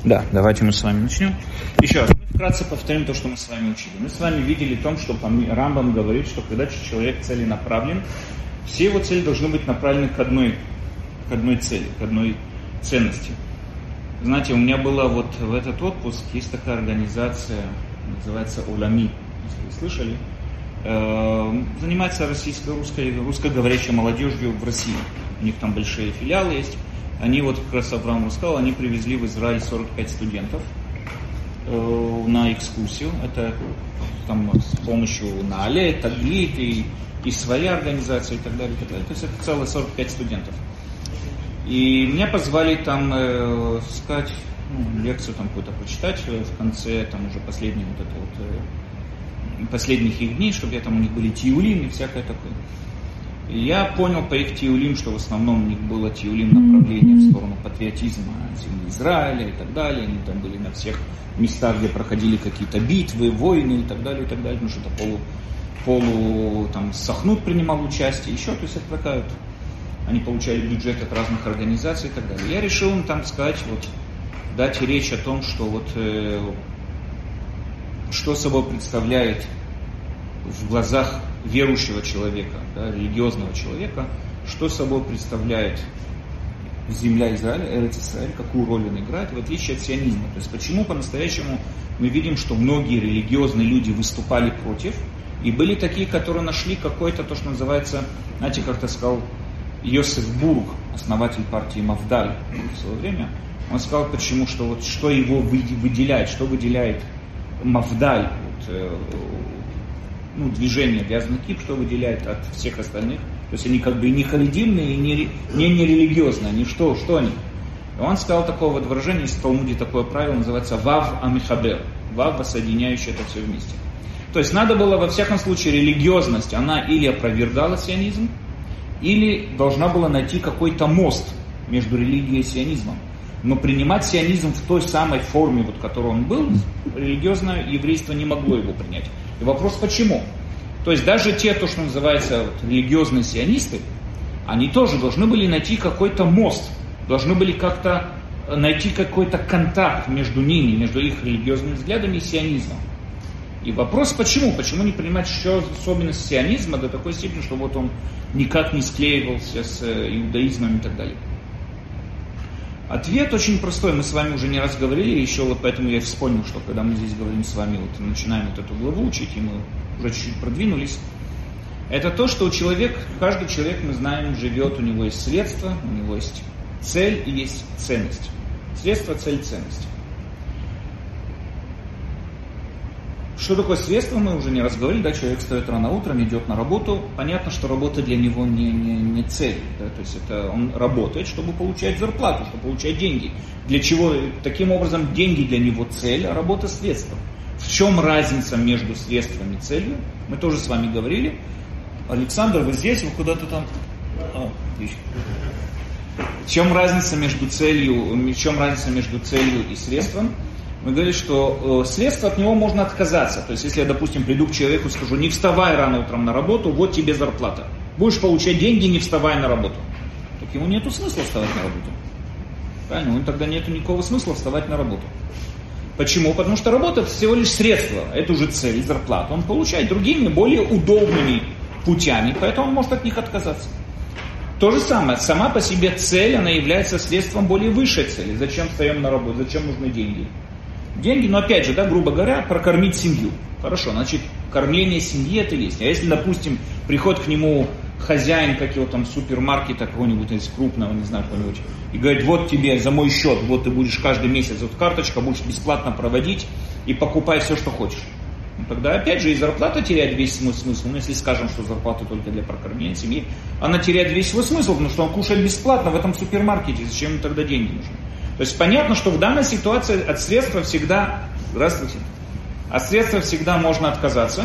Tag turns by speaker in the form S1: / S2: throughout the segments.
S1: Да, давайте мы с вами начнем. Еще раз, мы вкратце повторим то, что мы с вами учили. Мы с вами видели в том, что Рамбам говорит, что когда человек целенаправлен, все его цели должны быть направлены к одной цели, к одной ценности. Знаете, у меня была вот в этот отпуск, есть такая организация, называется Улами, если вы слышали, занимается русскоговорящей молодежью в России. У них там большие филиалы есть. Они, вот как раз Авраам рассказал, они привезли в Израиль 45 студентов на экскурсию. Это там с помощью Наале, Таглит и своя организация и так далее, и так далее. То есть это целых 45 студентов. И меня позвали там сказать, лекцию там какую-то прочитать в конце там уже последних их дней, чтобы там у них были тиулим и всякое такое. И я понял по их тиулим, что в основном у них было тиулим направление в сторону патриотизма земли Израиля и так далее. Они там были на всех местах, где проходили какие-то битвы, войны и так далее, потому что это там Сахнут принимал участие, еще, то есть это такая вот, они получали бюджет от разных организаций и так далее. Я решил им там сказать, вот, дать речь о том, что вот что собой представляет в глазах верующего человека, да, религиозного человека, что собой представляет земля Израиля, Эрец Исраэль, какую роль он играет, в отличие от сионизма. То есть почему по-настоящему мы видим, что многие религиозные люди выступали против, и были такие, которые нашли какое-то, то, что называется, знаете, как-то сказал Йосеф Бург, основатель партии Мафдаль в свое время, он сказал, почему, что вот что его выделяет, что выделяет Мафдаль, вот, движение Вязаный Кип, что выделяет от всех остальных. То есть они как бы не харидимные, и не религиозные. Они что они? И он сказал такое вот выражение, из Талмуде такое правило, называется Вав Амихабер. Вав, соединяющий это все вместе. То есть надо было, во всяком случае, религиозность, она или опровергала сионизм, или должна была найти какой-то мост между религией и сионизмом. Но принимать сионизм в той самой форме, вот, в которой он был, религиозное еврейство не могло его принять. И вопрос почему? То есть даже те, то, что называется вот, религиозные сионисты, они тоже должны были найти какой-то мост, должны были как-то найти какой-то контакт между ними, между их религиозными взглядами и сионизмом. И вопрос почему? Почему не принимать еще особенность сионизма до такой степени, что вот он никак не склеивался с иудаизмом и так далее? Ответ очень простой, мы с вами уже не раз говорили, еще вот поэтому я вспомнил, что когда мы здесь говорим с вами, вот начинаем вот эту главу учить, и мы уже чуть-чуть продвинулись, это то, что каждый человек, мы знаем, живет, у него есть средства, у него есть цель и есть ценность. Средство, цель, ценность. Что такое средство, мы уже не раз говорили, да, человек встает рано утром, идет на работу, понятно, что работа для него не цель, да, то есть это он работает, чтобы получать зарплату, чтобы получать деньги. Для чего? Таким образом, деньги для него цель, а работа средство. В чем разница между средством и целью? Мы тоже с вами говорили. Александр, вы здесь, вы куда-то там? В чем разница между целью и средством? Мы говорили, что средства от него можно отказаться. То есть, если я, допустим, приду к человеку и скажу, не вставай рано утром на работу, вот тебе зарплата. Будешь получать деньги, не вставай на работу. Так ему нету смысла вставать на работу. Правильно? Ему тогда нету никакого смысла вставать на работу. Почему? Потому что работа это всего лишь средство. Это уже цель, зарплата. Он получает другими, более удобными путями, поэтому он может от них отказаться. То же самое. Сама по себе цель, она является средством более высшей цели. Зачем встаем на работу? Зачем нужны деньги? Деньги, но опять же, да, грубо говоря, прокормить семью. Хорошо, значит, кормление семьи это есть. А если, допустим, приходит к нему хозяин какого-то там супермаркета какого-нибудь, из крупного, не знаю, какого-нибудь, и говорит, вот тебе за мой счет, вот ты будешь каждый месяц, вот карточка, будешь бесплатно проводить и покупай все, что хочешь. Ну, тогда опять же и зарплата теряет весь свой смысл. Ну, если скажем, что зарплата только для прокормления семьи, она теряет весь свой смысл, потому что он кушает бесплатно в этом супермаркете. Зачем ему тогда деньги нужны? То есть понятно, что в данной ситуации от средства всегда... Здравствуйте. От средства всегда можно отказаться.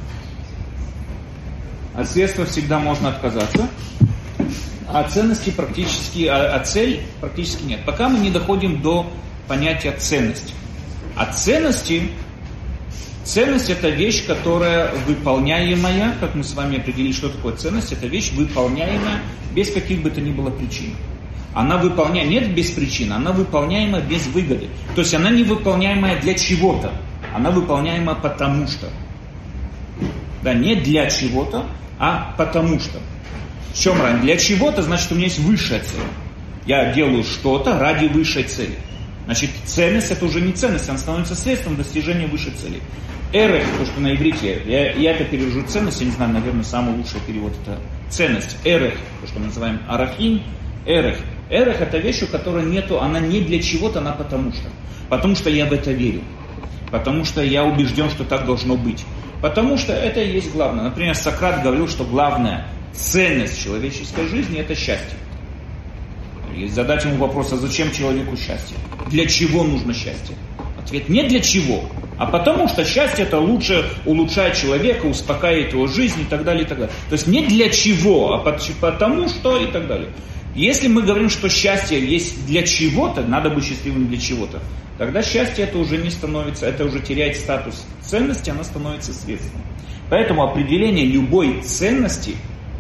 S1: От средства всегда можно отказаться. А ценности практически... А цель практически нет. Пока мы не доходим до понятия ценности. А ценности... Ценность – это вещь, которая выполняемая, как мы с вами определили, что такое ценность, это вещь выполняемая без каких бы то ни было причин. она выполняема, нет без причины, она выполняема без выгоды. То есть она не выполняемая для чего-то, она выполняема потому что. Да, не для чего-то, а потому что. В чем разница? Для чего-то, значит, у меня есть высшая цель. Я делаю что-то ради высшей цели. Значит, ценность это уже не ценность, она становится средством достижения высшей цели. Эрех, то, что на иврите, я это перевожу ценность, я не знаю, наверное, самый лучший перевод это ценность. Эрех, то, что мы называем арахим, эрех. Эрех это вещь, у которой нету, она не для чего-то, она потому что. Потому что я в это верю. Потому что я убежден, что так должно быть. Потому что это и есть главное. Например, Сократ говорил, что главная ценность человеческой жизни это счастье. И задать ему вопрос, а зачем человеку счастье? Для чего нужно счастье? Ответ не для чего, а потому что счастье это лучше улучшает человека, успокаивает его жизнь и так далее, и так далее. То есть не для чего, а потому что и так далее. Если мы говорим, что счастье есть для чего-то, надо быть счастливым для чего-то, тогда счастье это уже не становится, это уже теряет статус ценности, она становится средством. Поэтому определение любой ценности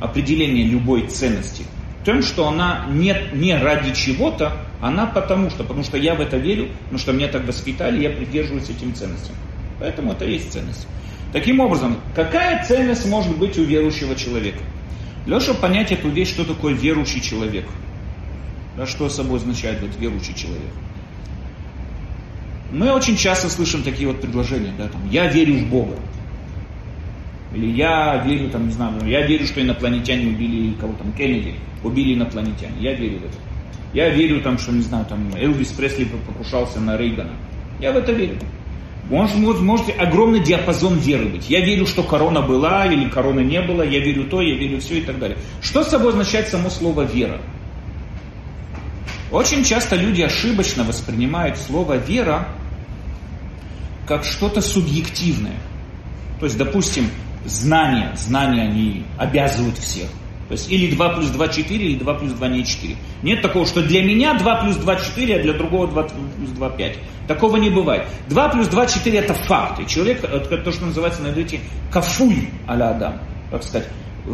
S1: тем, что она не ради чего-то, она потому что я в это верю, потому что меня так воспитали, я придерживаюсь этим ценностям. Поэтому это и есть ценность. Таким образом, какая ценность может быть у верующего человека? Для того, чтобы понять эту вещь, что такое верующий человек, да, что собой означает вот верующий человек. Мы очень часто слышим такие вот предложения, да, там, я верю в Бога. Или я верю, там, не знаю, я верю, что инопланетяне убили кого там, Кеннеди, убили инопланетяне. Я верю в это. Я верю, там, что, не знаю, там, Элвис Пресли покушался на Рейгана. Я в это верю. Можете огромный диапазон веры быть. Я верю, что корона была или короны не было, я верю то, я верю все и так далее. Что собой означает само слово вера? Очень часто люди ошибочно воспринимают слово вера как что-то субъективное. То есть, допустим, знания они обязывают всех. То есть или 2 плюс 2 4, или 2 плюс 2 не 4. Нет такого, что для меня 2 плюс 2 4, а для другого 2 плюс 2 5. Такого не бывает. 2 плюс 2 4 это факты. Человек, это то, что называется на иврите кафуй аля адам. Как сказать,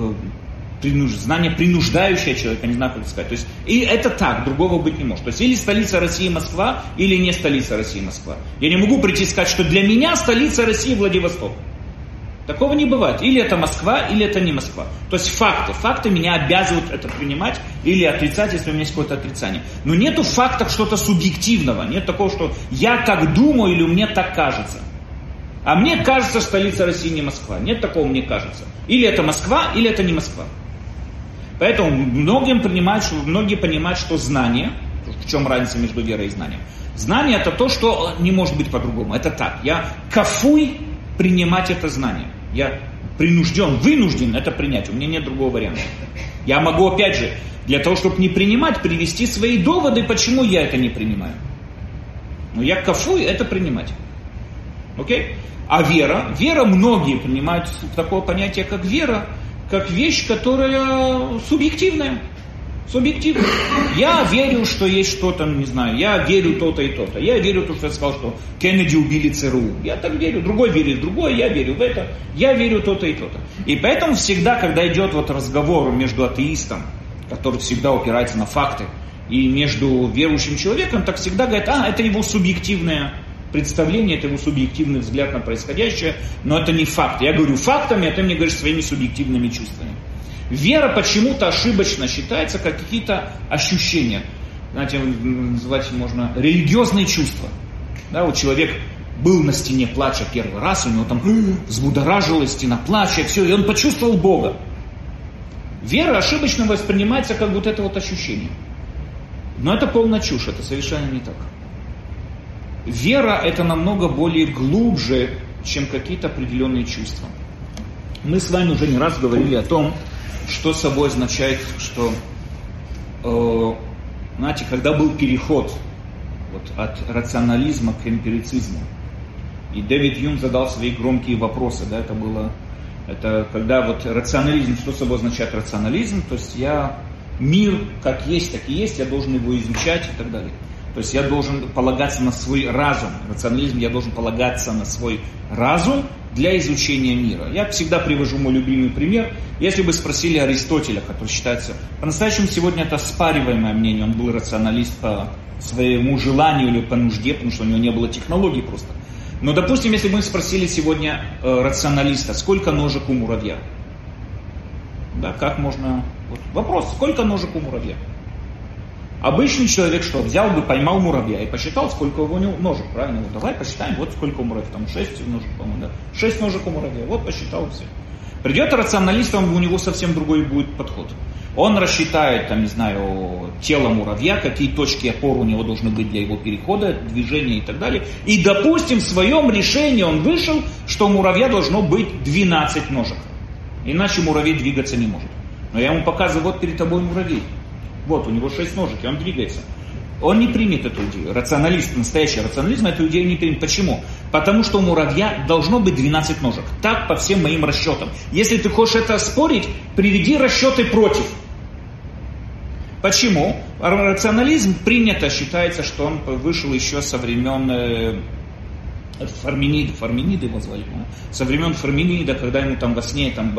S1: знание принуждающее человека, не знаю, как сказать. То есть, и это так, другого быть не может. То есть или столица России Москва, или не столица России Москва. Я не могу прийти и сказать, что для меня столица России Владивосток. Такого не бывает. Или это Москва, или это не Москва. То есть факты меня обязывают это принимать или отрицать, если у меня есть какое-то отрицание. Но нету фактов что-то субъективного. Нет такого, что я так думаю или мне так кажется. А мне кажется, столица России не Москва. Нет такого, мне кажется. Или это Москва, или это не Москва. Поэтому многие понимают, что знание, в чем разница между верой и знанием. Знание это то, что не может быть по-другому. Это так. Я кафуй принимать это знание. Я вынужден это принять. У меня нет другого варианта. Я могу, опять же, для того, чтобы не принимать, привести свои доводы, почему я это не принимаю. Но я кафуй это принимать. Окей? А вера многие принимают такое понятие, как вера, как вещь, которая субъективная. Субъективно. Я верю, что есть что-то, не знаю, я верю то-то и то-то. Я верю в то, что я сказал, что Кеннеди убили ЦРУ. Я так верю. Другой верит в другое, я верю в это. Я верю то-то и то-то. И поэтому всегда, когда идет вот разговор между атеистом, который всегда опирается на факты, и между верующим человеком, так всегда говорят, это его субъективное представление, это его субъективный взгляд на происходящее, но это не факт. Я говорю фактами, а ты мне говоришь своими субъективными чувствами. Вера почему-то ошибочно считается как какие-то ощущения. Знаете, называть можно религиозные чувства. Да, вот человек был на стене плача первый раз, у него там взбудоражилась стена плача, все, и он почувствовал Бога. Вера ошибочно воспринимается как вот это вот ощущение. Но это полная чушь, это совершенно не так. Вера это намного более глубже, чем какие-то определенные чувства. Мы с вами уже не раз говорили о том, что собой означает, что, знаете, когда был переход вот, от рационализма к эмпирицизму, и Дэвид Юм задал свои громкие вопросы, да, это когда вот рационализм, что собой означает рационализм, то есть мир как есть, так и есть, я должен его изучать и так далее. То есть я должен полагаться на свой разум. Рационализм, я должен полагаться на свой разум для изучения мира. Я всегда привожу мой любимый пример. Если бы спросили Аристотеля, который считается по-настоящему сегодня это оспариваемое мнение, он был рационалист по своему желанию или по нужде, потому что у него не было технологий просто. Но, допустим, если бы мы спросили сегодня рационалиста, сколько ножек у муравья? Да, как можно... Вот, вопрос, сколько ножек у муравья? Обычный человек что? Взял бы, поймал муравья и посчитал, сколько у него ножек, правильно? Вот давай посчитаем, вот сколько у муравья, там 6 ножек, по-моему, да? 6 ножек у муравья, вот посчитал все. Придет рационалист, у него совсем другой будет подход. Он рассчитает, там, не знаю, тело муравья, какие точки опор у него должны быть для его перехода, движения и так далее. И, допустим, в своем решении он вышел, что у муравья должно быть 12 ножек. Иначе муравей двигаться не может. Но я ему показываю, вот перед тобой муравей. Вот, у него 6 ножек, и он двигается. Он не примет эту идею. Рационалист, настоящий рационализм эту идею не примет. Почему? Потому что у муравья должно быть 12 ножек. Так по всем моим расчетам. Если ты хочешь это оспорить, приведи расчеты против. Почему? Рационализм принято, считается, что он вышел еще со времен Фармениды его звали, со времен Фарменида, когда ему там во сне там,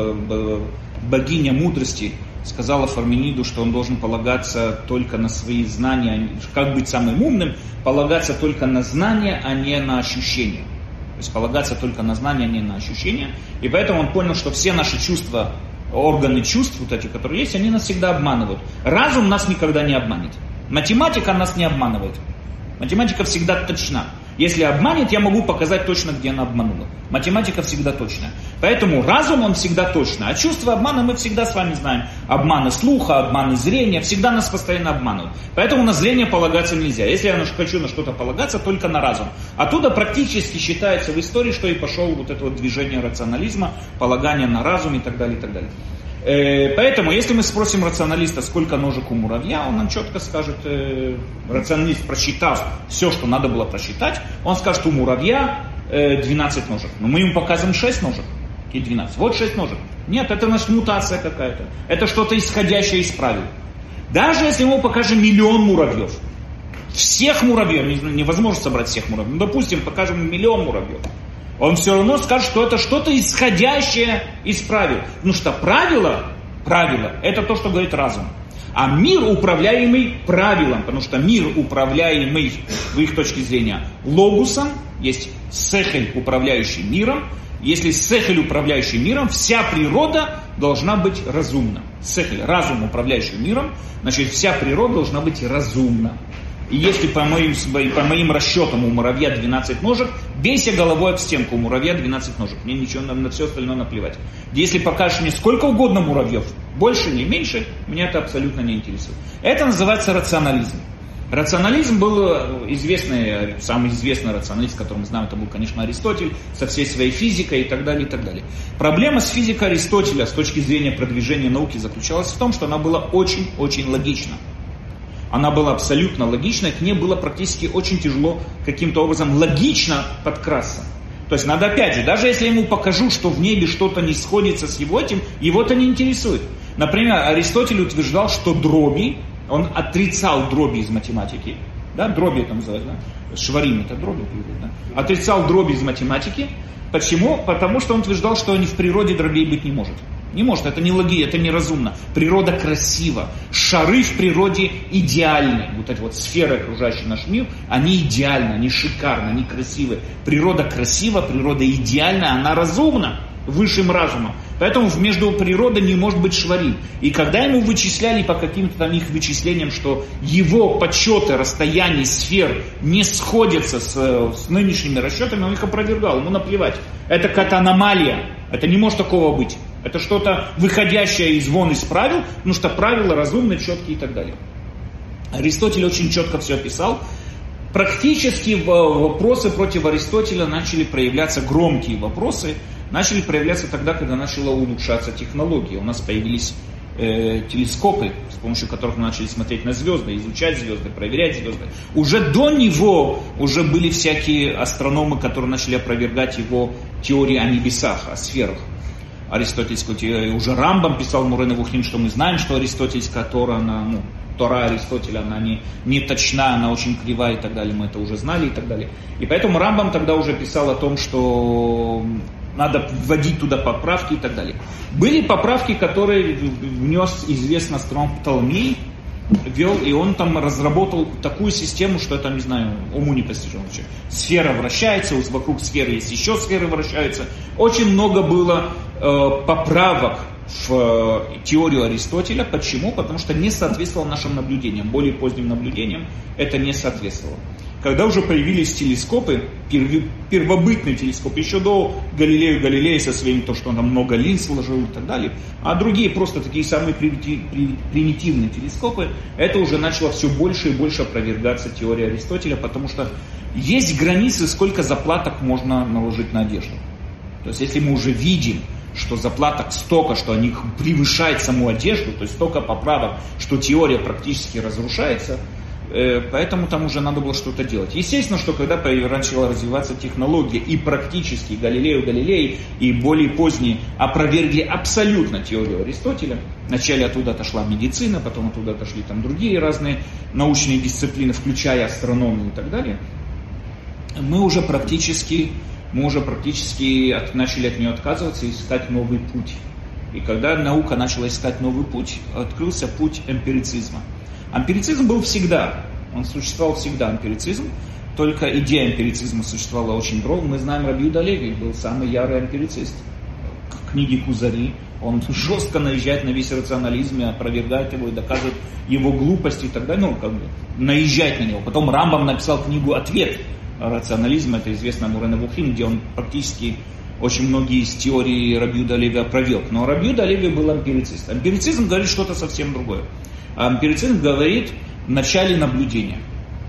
S1: богиня мудрости сказала Фармениду, что он должен полагаться только на свои знания, как быть самым умным, полагаться только на знания, а не на ощущения. То есть полагаться только на знания, а не на ощущения. И поэтому он понял, что все наши чувства, органы чувств, вот эти, которые есть, они нас всегда обманывают. Разум нас никогда не обманет. Математика нас не обманывает. Математика всегда точна. Если обманет, я могу показать точно, где она обманула. Математика всегда точна. Поэтому разум, он всегда точно. А чувство обмана мы всегда с вами знаем. Обманы слуха, обманы зрения, всегда нас постоянно обманывают. Поэтому на зрение полагаться нельзя. Если я хочу на что-то полагаться, только на разум. Оттуда практически считается в истории, что и пошел вот это вот движение рационализма, полагание на разум и так далее, и так далее. Поэтому, если мы спросим рационалиста, сколько ножек у муравья, он нам четко скажет, рационалист, просчитав все, что надо было просчитать, он скажет, у муравья 12 ножек. Но мы ему показываем 6 ножек. Какие 12? Вот 6 ножек. Нет, это наша мутация какая-то. Это что-то исходящее из правил. Даже если мы покажем 1 000 000 муравьев, всех муравьев, невозможно собрать всех муравьев, ну, допустим, покажем 1 000 000 муравьев, он все равно скажет, что это что-то исходящее из правил. Потому что правило, это то, что говорит разум. А мир управляемый правилом, потому что мир управляемый, в их точке зрения, логусом, есть сехель, управляющий миром. Если сехель, управляющий миром, вся природа должна быть разумна. Сехель, разум, управляющий миром, значит, вся природа должна быть разумна. И если по моим расчетам у муравья 12 ножек, бейся головой об стенку, у муравья 12 ножек. Мне ничего на все остальное наплевать. Если покажешь мне сколько угодно муравьев, больше или меньше, меня это абсолютно не интересует. Это называется рационализм. Рационализм был известный, самый известный рационалист, который мы знаем, это был, конечно, Аристотель, со всей своей физикой и так далее, и так далее. Проблема с физикой Аристотеля с точки зрения продвижения науки заключалась в том, что она была очень-очень логична. Она была абсолютно логичной, к ней было практически очень тяжело каким-то образом логично подкрасться. То есть надо опять же, даже если я ему покажу, что в небе что-то не сходится с его этим, его это не интересует. Например, Аристотель утверждал, что дроби, он отрицал дроби из математики, да, дроби это называется, да? Шварим это дроби, да? Отрицал дроби из математики. Почему? Потому что он утверждал, что в природе дробей быть не может. Не может, это не логично, это неразумно. Природа красива. Шары в природе идеальны. Вот эти вот сферы, окружающие наш мир, они идеальны, они шикарны, они красивы. Природа красива, природа идеальна, она разумна, высшим разумом. Поэтому между природой не может быть шварим. И когда ему вычисляли по каким-то там их вычислениям, что его подсчеты расстояний сфер не сходятся с нынешними расчетами, он их опровергал, ему наплевать. Это какая-то аномалия, это не может такого быть. Это что-то выходящее вон из правил, потому что правила разумные, четкие и так далее. Аристотель очень четко все описал. Практически вопросы против Аристотеля начали проявляться, громкие вопросы, начали проявляться тогда, когда начала улучшаться технология. У нас появились телескопы, с помощью которых мы начали смотреть на звезды, изучать звезды, проверять звезды. Уже до него уже были всякие астрономы, которые начали опровергать его теории о небесах, о сферах. Аристотельскую теорию. Уже Рамбам писал Мурэ Невухим, что мы знаем, что аристотельская Тора, она, Тора Аристотеля, она не точна, она очень кривая и так далее, мы это уже знали и так далее. И поэтому Рамбам тогда уже писал о том, что надо вводить туда поправки и так далее. Были поправки, которые внес известный астроном Птолемей, вел, и он там разработал такую систему, что это, не знаю, уму непостижимо вообще. Сфера вращается, вокруг сферы есть еще сферы вращаются. Очень много было поправок в теорию Аристотеля. Почему? Потому что не соответствовало нашим наблюдениям, более поздним наблюдениям это не соответствовало. Когда уже появились телескопы, первобытный телескоп, еще до Галилея со своим, то, что он там много линз вложил и так далее, а другие просто такие самые примитивные телескопы, это уже начало все больше и больше опровергаться теория Аристотеля, потому что есть границы, сколько заплаток можно наложить на одежду. То есть если мы уже видим, что заплаток столько, что они превышают саму одежду, то есть столько поправок, что теория практически разрушается, поэтому там уже надо было что-то делать. Естественно, что когда начала развиваться технология, и практически Галилей и более поздние опровергли абсолютно теорию Аристотеля, вначале оттуда отошла медицина, потом оттуда отошли там другие разные научные дисциплины, включая астрономию и так далее, мы уже практически начали от нее отказываться и искать новый путь. И когда наука начала искать новый путь, открылся путь эмпирицизма. Эмпирицизм был всегда, он существовал всегда, эмпирицизм, только идея эмпирицизма существовала очень долго. Мы знаем, Раби Иуда Леви был самый ярый эмпирицист. В книге Кузари он жестко наезжает на весь рационализм и опровергает его и доказывает его глупость и так далее, наезжает на него. Потом Рамбам написал книгу «Ответ рационализма», это известно Муре Невухим, где он практически очень многие из теорий Раби Иуда Леви опроверг. Но Раби Иуда Леви был эмпирицист. Эмпирицизм говорит что-то совсем другое. А эмпирицизм говорит в начале наблюдения.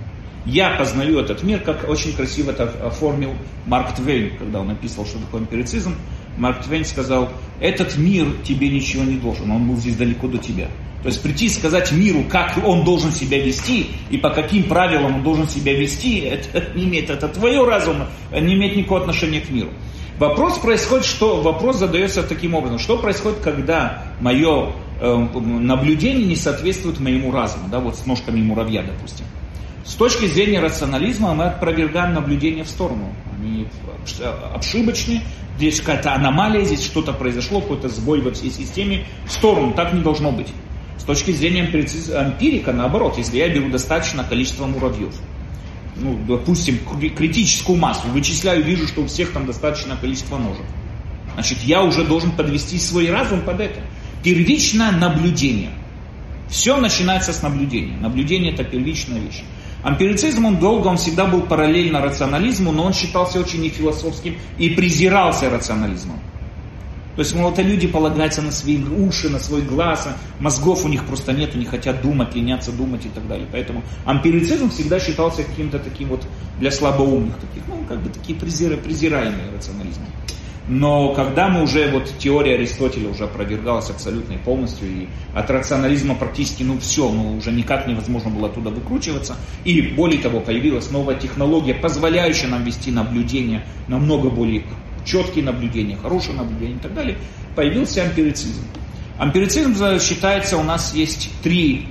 S1: Я познаю этот мир, как очень красиво это оформил Марк Твейн, когда он описывал, что такое эмпирицизм. Марк Твейн сказал: этот мир тебе ничего не должен, он был здесь далеко до тебя. То есть прийти и сказать миру, как он должен себя вести и по каким правилам он должен себя вести, это твое разум, не имеет никакого отношения к миру. Вопрос задается таким образом: что происходит, когда мое наблюдение не соответствует моему разуму, да, вот с ножками муравья, допустим. С точки зрения рационализма мы опровергаем наблюдения в сторону. Они ошибочны, здесь какая-то аномалия, здесь что-то произошло, какой-то сбой во всей системе, в сторону, так не должно быть. С точки зрения эмпирика, наоборот, если я беру достаточное количество муравьев, допустим, критическую массу, вычисляю, вижу, что у всех там достаточное количество ножек, значит, я уже должен подвести свой разум под это. Первичное наблюдение. Все начинается с наблюдения. Наблюдение – это первичная вещь. Эмпирицизм, он всегда был параллельно рационализму, но он считался очень нефилософским и презирался рационализмом. То есть, это люди полагаются на свои уши, на свой глаз, мозгов у них просто нет, не хотят думать, ленятся думать и так далее. Поэтому эмпирицизм всегда считался каким-то таким для слабоумных таких, такие презираемые рационализмом. Но когда мы уже, теория Аристотеля уже опровергалась абсолютно и полностью, и от рационализма практически, уже никак невозможно было оттуда выкручиваться, и более того, появилась новая технология, позволяющая нам вести наблюдения, намного более четкие наблюдения, хорошие наблюдения и так далее, появился эмпирицизм. Эмпирицизм считается, у нас есть три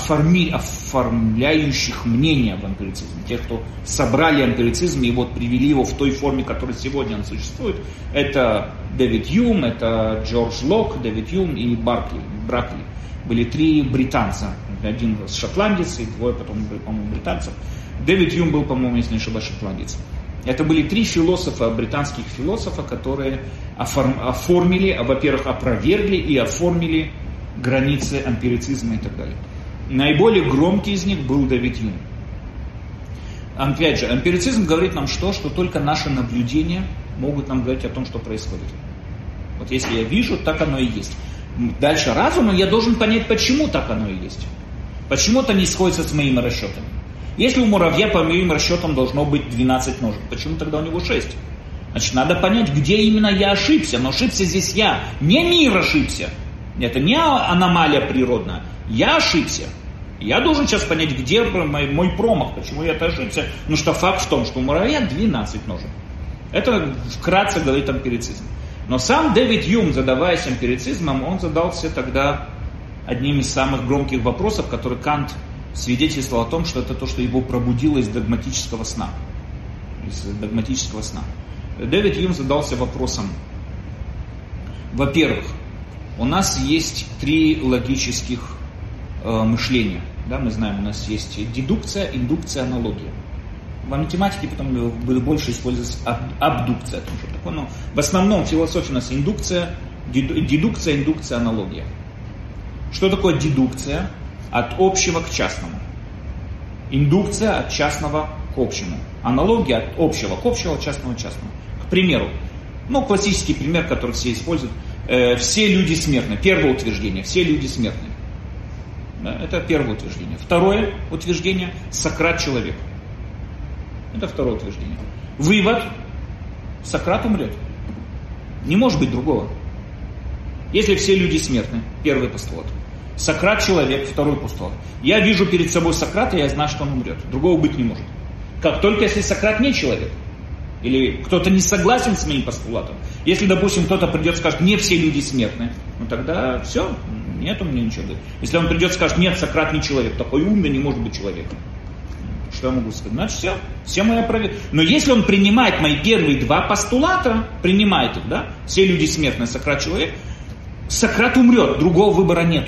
S1: оформляющих мнения в эмпирицизме. Те, кто собрали эмпирицизм и привели его в той форме, которой сегодня он существует, это Дэвид Юм, это Джордж Лок, Дэвид Юм и Бракли. Были три британца. Один шотландец и двое потом, по-моему, британцев. Дэвид Юм был, по-моему, если не ошибаюсь, шотландец. Это были три британских философа, которые оформили, во-первых, опровергли и оформили границы эмпирицизма и так далее. Наиболее громкий из них был Дэвид Юм. Опять же, эмпирицизм говорит нам что только наши наблюдения могут нам говорить о том, что происходит. Если я вижу, так оно и есть. Дальше разумом я должен понять, почему так оно и есть. Почему это не сходится с моими расчетами. Если у муравья по моим расчетам должно быть 12 ножек, почему тогда у него 6? Значит, надо понять, где именно я ошибся. Но ошибся здесь я. Не мир ошибся. Это не аномалия природная. Я ошибся. Я должен сейчас понять, где мой промах, почему я ошибся. Потому что факт в том, что у муравья 12 ножек. Это вкратце говорит эмпирицизм. Но сам Дэвид Юм, задаваясь эмпирицизмом, он задался тогда одним из самых громких вопросов, который Кант свидетельствовал о том, что это то, что его пробудило из догматического сна. Дэвид Юм задался вопросом. Во-первых, у нас есть 3 логических мышления. Да, мы знаем, у нас есть дедукция, индукция, аналогия. В математике потом больше используется абдукция. Но в основном в философии у нас индукция, дедукция, индукция, аналогия. Что такое дедукция? От общего к частному. Индукция от частного к общему. Аналогия от общего к общему, от частного к частному. К примеру, классический пример, который все используют. Все люди смертны. Первое утверждение. Все люди смертны. Да, это первое утверждение. Второе утверждение. Сократ человек. Это второе утверждение. Вывод. Сократ умрет. Не может быть другого. Если все люди смертны. Первый постулат. Сократ человек. Второй постулат. Я вижу перед собой Сократа, я знаю, что он умрет. Другого быть не может. Как только если Сократ не человек. Или кто-то не согласен с моим постулатом. Если, допустим, кто-то придет и скажет, не все люди смертны, тогда все, нет у меня ничего. Если он придет и скажет, нет, Сократ не человек, такой умный не может быть человеком. Что я могу сказать? Значит, все мои проверки. Но если он принимает мои первые 2 постулата, принимает их, да, все люди смертны, Сократ человек, Сократ умрет, другого выбора нет.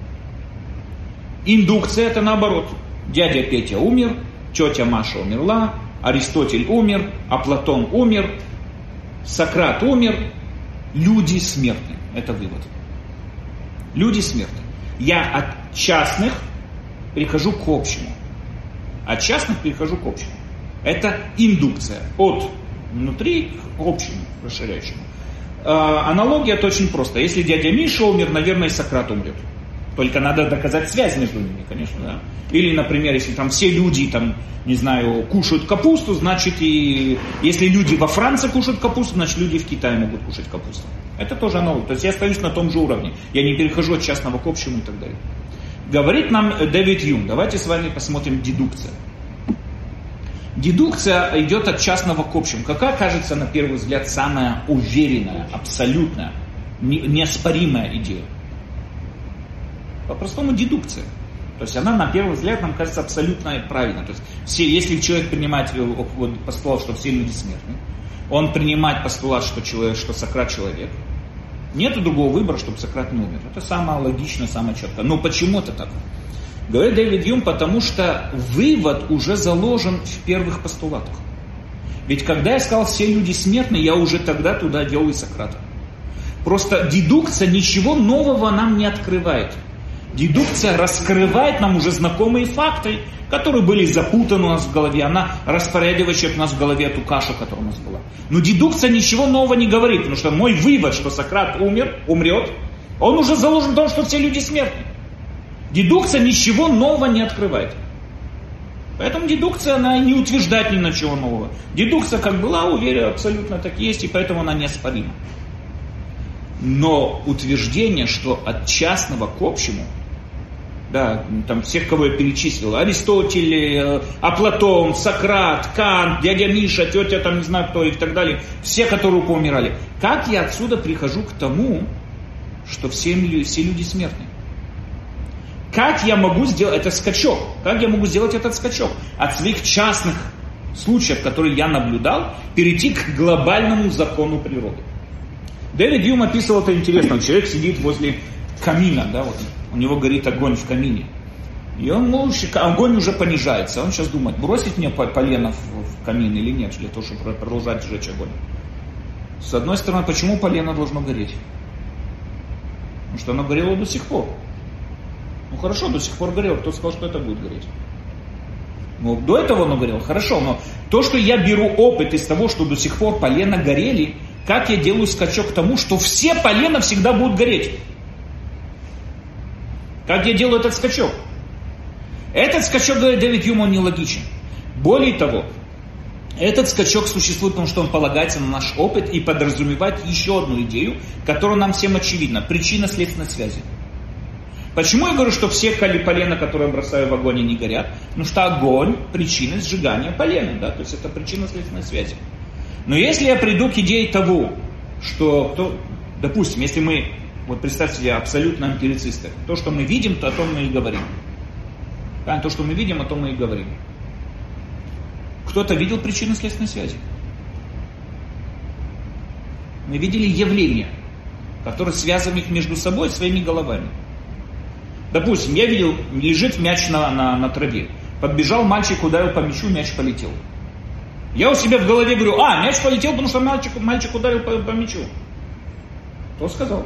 S1: Индукция это наоборот. Дядя Петя умер, тетя Маша умерла, Аристотель умер, Платон умер, Сократ умер, люди смертны. Это вывод. Люди смертны. Я от частных перехожу к общему. От частных перехожу к общему. Это индукция. От внутри к общему, расширяющему. Аналогия это очень просто. Если дядя Миша умер, наверное, и Сократ умрет. Только надо доказать связь между ними, конечно, да. Или, например, если там все люди, там, не знаю, кушают капусту, значит и если люди во Франции кушают капусту, значит люди в Китае могут кушать капусту. Это тоже аналогия. То есть я остаюсь на том же уровне. Я не перехожу от частного к общему и так далее. Говорит нам Дэвид Юм. Давайте с вами посмотрим дедукция. Дедукция идет от частного к общему. Какая кажется, на первый взгляд, самая уверенная, абсолютная, неоспоримая идея? По-простому дедукция. То есть она на первый взгляд нам кажется абсолютно правильной. То есть если человек принимает постулат, что все люди смертны, он принимает постулат, что Сократ человек, нет другого выбора, чтобы Сократ не умер. Это самое логичное, самое четкое. Но почему это так? Говорит Дэвид Юм, потому что вывод уже заложен в первых постулатах. Ведь когда я сказал, все люди смертны, я уже тогда туда вел и Сократа. Просто дедукция ничего нового нам не открывает. Дедукция раскрывает нам уже знакомые факты, которые были запутаны у нас в голове. Она распорядочивает у нас в голове эту кашу, которая у нас была. Но дедукция ничего нового не говорит, потому что мой вывод, что Сократ умрет, он уже заложен в том, что все люди смертны. Дедукция ничего нового не открывает. Поэтому дедукция, она не утверждает ни на чего нового. Дедукция как была, уверен, абсолютно так есть, и поэтому она неоспорима. Но утверждение, что от частного к общему, да, там всех, кого я перечислил, Аристотель, Платон, Сократ, Кант, дядя Миша, тетя, там не знаю кто и так далее, все, которые поумирали. Как я отсюда прихожу к тому, что все люди смертны? Как я могу сделать этот скачок? Как я могу сделать этот скачок? От своих частных случаев, которые я наблюдал, перейти к глобальному закону природы. Дэвид Юм описывал это интересно. Человек сидит возле камина, да, вот, у него горит огонь в камине. И огонь уже понижается. Он сейчас думает, бросить мне полено в камин или нет, для того, чтобы продолжать сжечь огонь. С одной стороны, почему полено должно гореть? Потому что оно горело до сих пор. Ну хорошо, до сих пор горело. Кто сказал, что это будет гореть? Ну, до этого оно горело, хорошо, но то, что я беру опыт из того, что до сих пор полено горели, как я делаю скачок к тому, что все полена всегда будут гореть? Как я делаю этот скачок? Этот скачок, говорит Дэвид Юм, он нелогичен. Более того, этот скачок существует, потому что он полагается на наш опыт и подразумевает еще одну идею, которая нам всем очевидна. Причинно-следственной связи. Почему я говорю, что все полена, которые я бросаю в огонь, не горят? Потому что огонь – причина сжигания полена. Да? То есть это причинно-следственной связи. Но если я приду к идее того, что, допустим, если мы, вот представьте себе, абсолютно эмпирицисты, то, что мы видим, то о том мы и говорим. То, что мы видим, о том мы и говорим. Кто-то видел причинно-следственной связи? Мы видели явления, которые связывают их между собой своими головами. Допустим, я видел, лежит мяч на траве. Подбежал мальчик, ударил по мячу, мяч полетел. Я у себя в голове говорю, мяч полетел, потому что мальчик ударил по мячу. Кто сказал?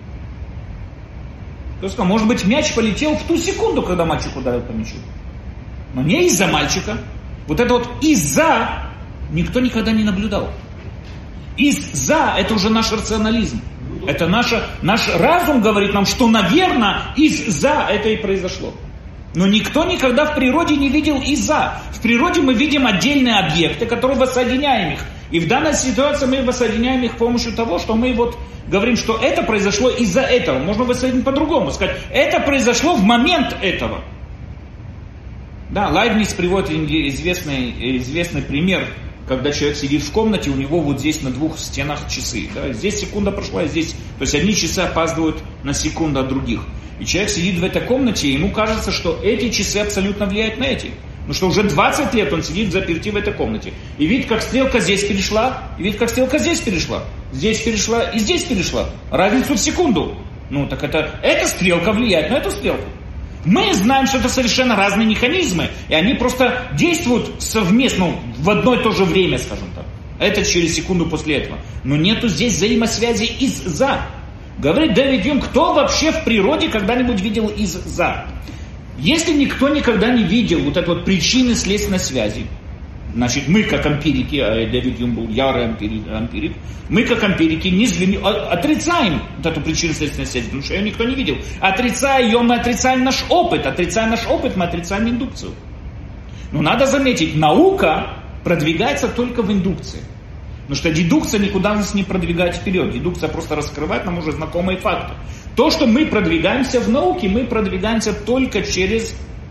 S1: Кто сказал? Может быть, мяч полетел в ту секунду, когда мальчик ударил по мячу. Но не из-за мальчика. Вот это вот из-за никто никогда не наблюдал. Из-за это уже наш рационализм. Это наш разум говорит нам, что, наверное, из-за это и произошло. Но никто никогда в природе не видел из-за. В природе мы видим отдельные объекты, которые воссоединяем их. И в данной ситуации мы воссоединяем их с помощью того, что мы вот говорим, что это произошло из-за этого. Можно воссоединить по-другому. Сказать, это произошло в момент этого. Да, Лайбниц приводит известный пример, когда человек сидит в комнате, у него вот здесь на двух стенах часы. Да, здесь секунда прошла, и здесь... То есть одни часы опаздывают на секунду от других. И человек сидит в этой комнате, и ему кажется, что эти часы абсолютно влияют на эти. Потому что уже 20 лет он сидит заперти в этой комнате. И видит, как стрелка здесь перешла, и видит, как стрелка здесь перешла. Здесь перешла и здесь перешла. Разницу в секунду. Ну, так эта стрелка влияет на эту стрелку. Мы знаем, что это совершенно разные механизмы, и они просто действуют совместно, в одно и то же время, скажем так. Это через секунду после этого. Но нету здесь взаимосвязи из-за. Говорит Дэвид Юм, кто вообще в природе когда-нибудь видел из-за? Если никто никогда не видел вот этой вот причины следственной связи, значит, мы как эмпирики, а Дэвид Юм был ярый эмпирик, мы как эмпирики отрицаем вот эту причину следственной связи, потому что ее никто не видел. Отрицая ее, мы отрицаем наш опыт. Отрицая наш опыт, мы отрицаем индукцию. Но надо заметить, наука продвигается только в индукции. Потому что дедукция никуда нас не продвигает вперед. Дедукция просто раскрывает нам уже знакомые факты. То, что мы продвигаемся в науке, мы продвигаемся только через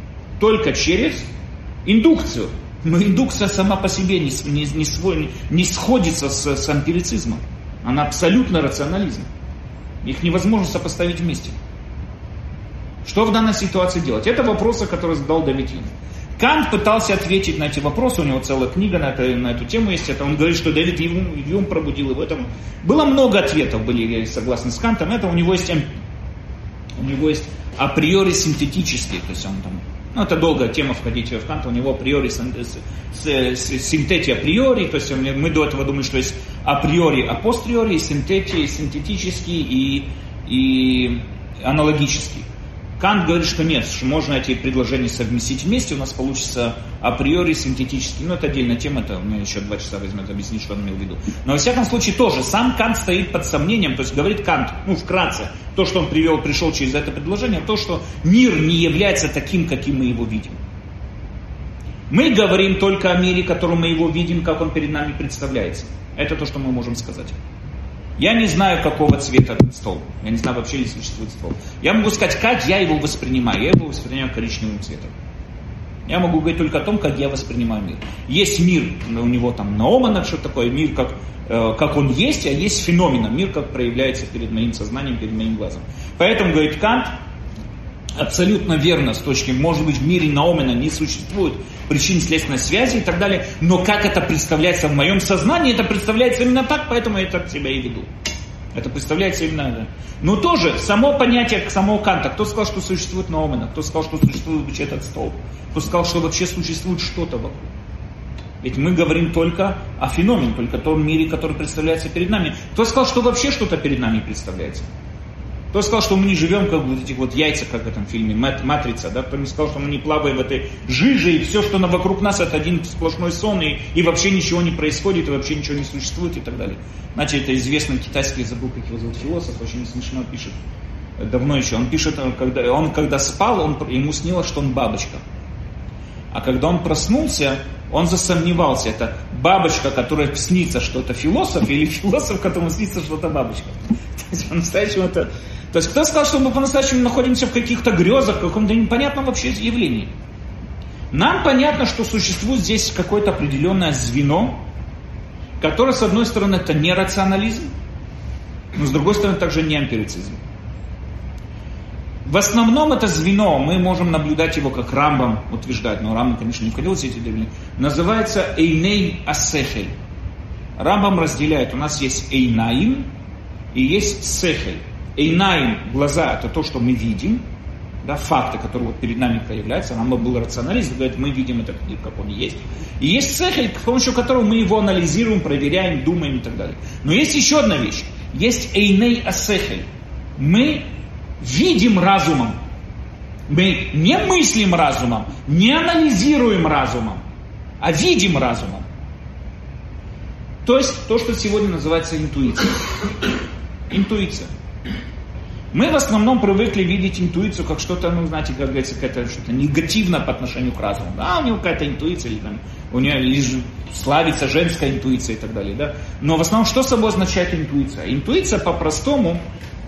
S1: индукцию. Но индукция сама по себе не сходится с эмпирицизмом. Она абсолютно рационализм. Их невозможно сопоставить вместе. Что в данной ситуации делать? Это вопросы, которые задал Дэвид Юм. Кант пытался ответить на эти вопросы, у него целая книга на эту тему есть. Это он говорит, что Дэвид Юм пробудил его. Этому было много ответов, были согласны с Кантом. Это у него есть априори синтетические, то есть он там, это долгая тема входить в Канта, у него априори синтети априори, то есть мы до этого думали, что есть априори апостериори, синтетический и аналогический. Кант говорит, что нет, что можно эти предложения совместить вместе, у нас получится априори синтетический. Это отдельная тема, это мне еще 2 часа возьмет объяснить, что он имел в виду. Но во всяком случае тоже, сам Кант стоит под сомнением, то есть говорит Кант, вкратце, то, что он пришел через это предложение, то, что мир не является таким, каким мы его видим. Мы говорим только о мире, которым мы его видим, как он перед нами представляется. Это то, что мы можем сказать. Я не знаю, какого цвета этот стол. Я не знаю, вообще ли существует стол. Я могу сказать, как я его воспринимаю. Я его воспринимаю коричневым цветом. Я могу говорить только о том, как я воспринимаю мир. Есть мир, у него там наомано, что такое мир, как он есть, а есть феномен, мир, как проявляется перед моим сознанием, перед моим глазом. Поэтому, говорит Кант, абсолютно верно с точки, может быть, в мире наомена не существует причин следственной связи и так далее, но как это представляется в моем сознании, это представляется именно так, поэтому я так себя и веду. Это представляется именно... Но тоже, само понятие самого Канта, кто сказал, что существует наомена, кто сказал, что существует этот стол, кто сказал, что вообще существует что-то вокруг. Ведь мы говорим только о феномене, только о том мире, который представляется перед нами. Кто сказал, что вообще что-то перед нами представляется? Кто сказал, что мы не живем как вот этих вот яйца, как в этом фильме «Матрица», да? Кто не сказал, что мы не плаваем в этой жиже, и все, что вокруг нас, это один сплошной сон, и вообще ничего не происходит, и вообще ничего не существует, и так далее. Знаете, это известный китайский, я забыл, как его зовут, философ, очень смешно пишет, давно еще. Он пишет, когда спал, ему снилось, что он бабочка. А когда он проснулся, он засомневался, это бабочка, которая снится, что это философ, или философ, которому снится, что это бабочка. То есть по-настоящему это... То есть кто сказал, что мы по-настоящему находимся в каких-то грезах, в каком-то непонятном вообще явлении? Нам понятно, что существует здесь какое-то определенное звено, которое, с одной стороны, это не рационализм, но с другой стороны, также не эмпирицизм. В основном это звено, мы можем наблюдать его, как Рамбам утверждает, но Рамбам, конечно, не входил в эти термины, называется «эйней асехель». Рамбам разделяет, у нас есть эйнаим и есть сехель. Эйнаим, глаза, это то, что мы видим, да, факты, которые вот перед нами проявляются. Рамбам был рационалист, говорит, мы видим это, как он есть. И есть сехель, с помощью которого мы его анализируем, проверяем, думаем и так далее. Но есть еще одна вещь. Есть эйней асехель. Мы видим разумом. Мы не мыслим разумом, не анализируем разумом, а видим разумом. То есть то, что сегодня называется интуиция. Интуиция. Мы в основном привыкли видеть интуицию как что-то, ну, знаете, как говорится, какое-то что-то негативное по отношению к разуму. Да, у него какая-то интуиция, или там, у нее лишь славится женская интуиция и так далее. Да? Но в основном, что собой означает интуиция? Интуиция по-простому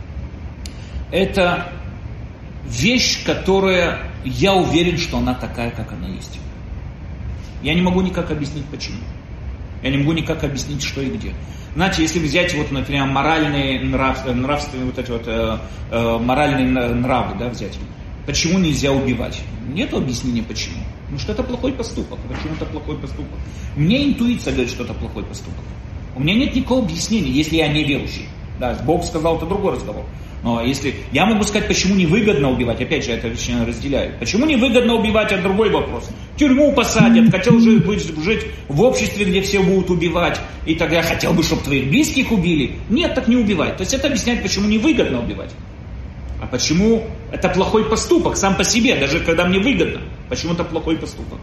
S1: это вещь, которая, я уверен, что она такая, как она есть. Я не могу никак объяснить, почему. Я не могу никак объяснить, что и где. Знаете, если взять, вот, например, моральные нравственные, вот эти вот моральные нравы, да, взять. Почему нельзя убивать? Нет объяснения, почему. Потому что это плохой поступок. Почему это плохой поступок? Мне интуиция говорит, что это плохой поступок. У меня нет никакого объяснения, если я неверующий. Да, Бог сказал, это другой разговор. Но если я могу сказать, почему невыгодно убивать, опять же, это вещь разделяю. Почему невыгодно убивать, это другой вопрос. Тюрьму посадят, хотел жить в обществе, где все будут убивать, и тогда хотел бы, чтобы твоих близких убили. Нет, так не убивай. То есть это объясняет, почему невыгодно убивать. А почему это плохой поступок сам по себе, даже когда мне выгодно. Почему это плохой поступок?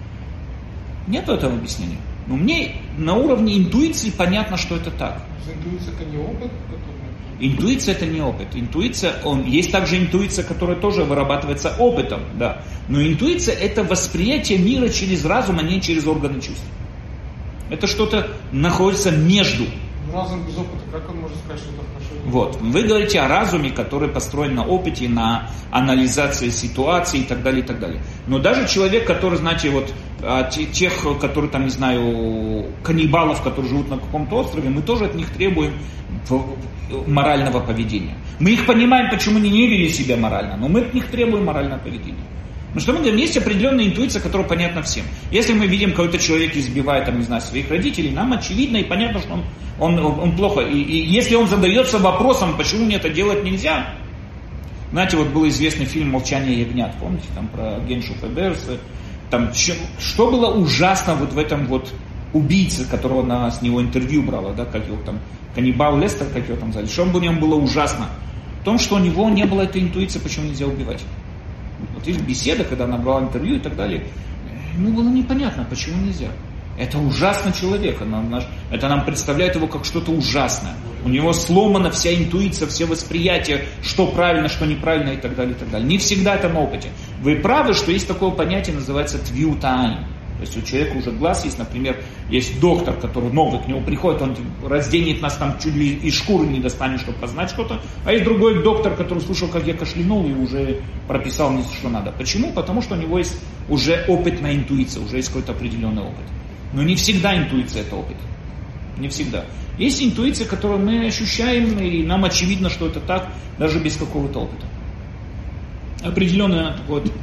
S1: Нет этого объяснения. Но мне на уровне интуиции понятно, что это так.
S2: Интуиция это не опыт?
S1: Интуиция это не опыт. Интуиция, есть также интуиция, которая тоже вырабатывается опытом, да. Но интуиция это восприятие мира через разум, а не через органы чувств. Это что-то находится между.
S2: Разум без опыта, как он может сказать, что это хорошо?
S1: Вот. Вы говорите о разуме, который построен на опыте, на анализации ситуации и так далее, и так далее. Но даже человек, который, знаете, вот тех, которые там, не знаю, каннибалов, которые живут на каком-то острове, мы тоже от них требуем морального поведения. Мы их понимаем, почему они не вели себя морально, но мы от них требуем морального поведения. Потому что мы говорим, есть определенная интуиция, которая понятна всем. Если мы видим, какой-то человек избивает, там, не знаю, своих родителей, нам очевидно и понятно, что он плохо. И если он задается вопросом, почему мне это делать нельзя, знаете, вот был известный фильм «Молчание ягнят», помните, там про Геншу Феберса, там, что было ужасно вот в этом вот убийце, которого с него интервью брала, да, как его там, каннибал Лестер, как его там звали, что в нем было ужасно? В том, что у него не было этой интуиции, почему нельзя убивать. Вот есть беседа, когда она брала интервью и так далее, ему было непонятно, почему нельзя. Это ужасный человек, это нам представляет его как что-то ужасное. У него сломана вся интуиция, все восприятия, что правильно, что неправильно и так далее, и так далее. Не всегда это на опыте. Вы правы, что есть такое понятие, называется твиутаин. То есть у человека уже глаз есть, например, есть доктор, который новый к нему приходит, он разденет нас там чуть ли из шкуры не достанет, чтобы познать что-то. А есть другой доктор, который слушал, как я кашлянул и уже прописал мне, что надо. Почему? Потому что у него есть уже опытная интуиция, уже есть какой-то определенный опыт. Но не всегда интуиция это опыт. Не всегда. Есть интуиция, которую мы ощущаем, и нам очевидно, что это так, даже без какого-то опыта. Определенное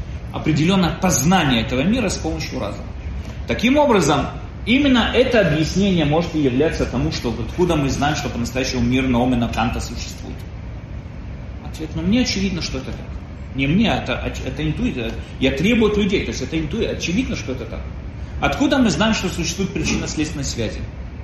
S1: познание этого мира с помощью разума. Таким образом, именно это объяснение может являться тому, что откуда мы знаем, что по-настоящему мир Наумена Канта существует. Ответ, мне очевидно, что это так. Не мне, это интуиция. Я требую от людей, то есть это интуиция, очевидно, что это так. Откуда мы знаем, что существует причинно-следственной связи?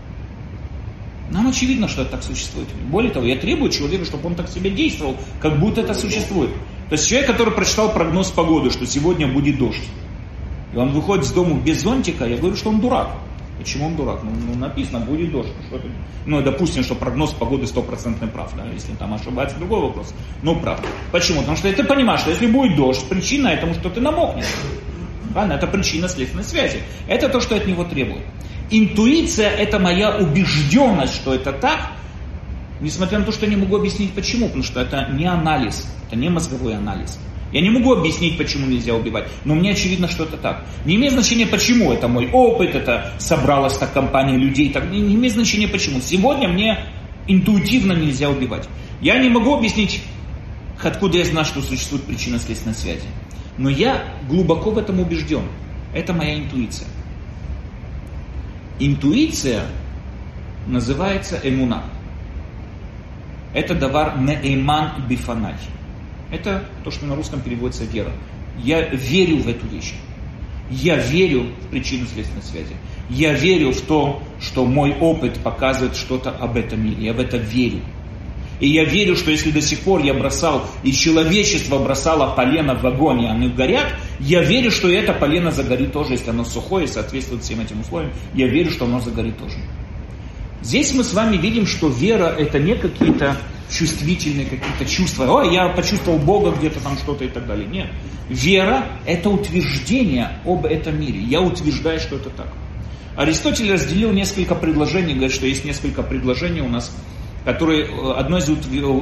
S1: Нам очевидно, что это так существует. Более того, я требую человека, чтобы он так себя действовал, как будто это существует. То есть человек, который прочитал прогноз погоды, что сегодня будет дождь, и он выходит из дома без зонтика, я говорю, что он дурак. Почему он дурак? Написано, будет дождь. Допустим, что прогноз погоды 100% прав. Да? Если там ошибается, другой вопрос. Но прав. Почему? Потому что ты понимаешь, что если будет дождь, причина этому, что ты намокнешь. Правильно? Это причина следственной связи. Это то, что от него требует. Интуиция – это моя убежденность, что это так, несмотря на то, что я не могу объяснить почему, потому что это не анализ, это не мозговой анализ. Я не могу объяснить, почему нельзя убивать, но мне очевидно, что это так. Не имеет значения, почему. Это мой опыт, это собралась так компания людей. Так, не имеет значения, почему. Сегодня мне интуитивно нельзя убивать. Я не могу объяснить, откуда я знаю, что существует причинно-следственной связи. Но я глубоко в этом убежден. Это моя интуиция. Интуиция называется эмуна. Это давар неэман бифанай. Это то, что на русском переводится вера. Я верю в эту вещь. Я верю в причинно-следственной связи. Я верю в то, что мой опыт показывает что-то об этом мире. Я в это верю. И я верю, что если до сих пор я бросал, и человечество бросало полено в огонь, и они горят, я верю, что и это полено загорит тоже, если оно сухое и соответствует всем этим условиям. Я верю, что оно загорит тоже. Здесь мы с вами видим, что вера это не какие-то чувствительные какие-то чувства. О, я почувствовал Бога где-то там что-то и так далее. Нет. Вера это утверждение об этом мире. Я утверждаю, что это так. Аристотель разделил несколько предложений, говорит, что есть несколько предложений у нас, которые, одно из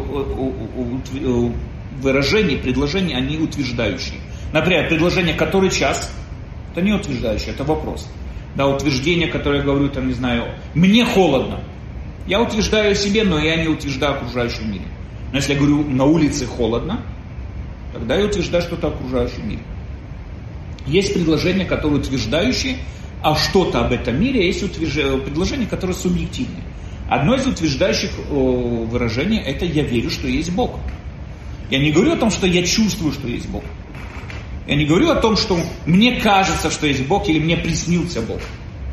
S1: выражений, предложений, они утверждающие. Например, предложение «который час» это не утверждающее, это вопрос. Да, утверждение, которое я говорю, там, не знаю, «мне холодно». Я утверждаю о себе, но я не утверждаю о окружающем мире. Но если я говорю «на улице холодно», тогда я утверждаю что-то о окружающем мире. Есть предложения, которые утверждающие, а что-то об этом мире, есть предложения, которые субъективные. Одно из утверждающих выражений – это «я верю, что есть Бог». Я не говорю о том, что я чувствую, что есть Бог. Я не говорю о том, что мне кажется, что есть Бог, или мне приснился Бог.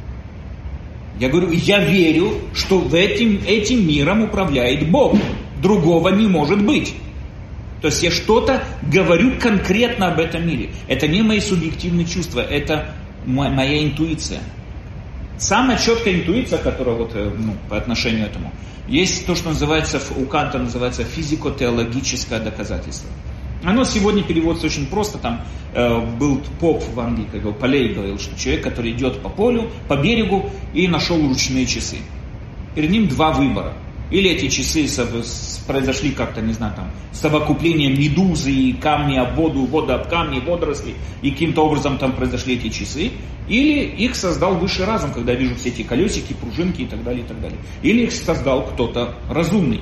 S1: Я говорю, я верю, что этим миром управляет Бог. Другого не может быть. То есть я что-то говорю конкретно об этом мире. Это не мои субъективные чувства, это моя интуиция. Самая четкая интуиция, которая по отношению к этому, есть то, что называется, у Канта называется физико-теологическое доказательство. Оно сегодня переводится очень просто. Там был поп в Англии, Полей говорил, что человек, который идет по полю, по берегу и нашел ручные часы. Перед ним два выбора. Или эти часы произошли как-то, не знаю, там, совокуплением медузы и камни об воду, вода об камни, водоросли, и каким-то образом там произошли эти часы. Или их создал высший разум, когда я вижу все эти колесики, пружинки и так далее, и так далее. Или их создал кто-то разумный.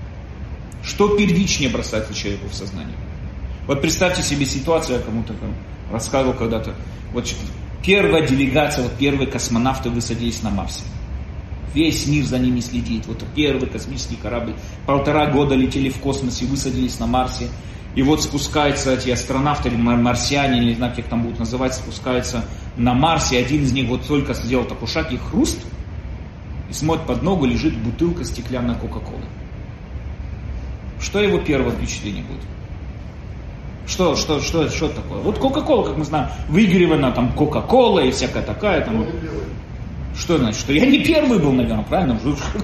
S1: Что первичнее бросается человеку в сознание? Вот представьте себе ситуацию, я кому-то рассказывал когда-то. Вот первая делегация, первые космонавты высадились на Марсе. Весь мир за ними следит. Вот первый космический корабль. 1,5 года летели в космосе, высадились на Марсе. И вот спускаются эти астронавты, или марсиане, не знаю, как их там будут называть, спускаются на Марс. И один из них вот только сделал такой шаг, и хруст. И смотрит под ногу, лежит бутылка стеклянной Кока-Колы. Что его первое впечатление будет? Что такое? Вот Кока-Кола, как мы знаем, выигрывана там Кока-Кола и всякая такая там. Что значит? Что я не первый был, наверное, правильно?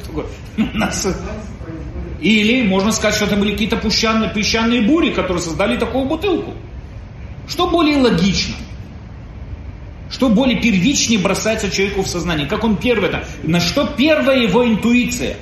S1: Или можно сказать, что это были какие-то песчаные бури, которые создали такую бутылку. Что более логично? Что более первичнее бросается человеку в сознание? Как он первый это? На что первая его интуиция?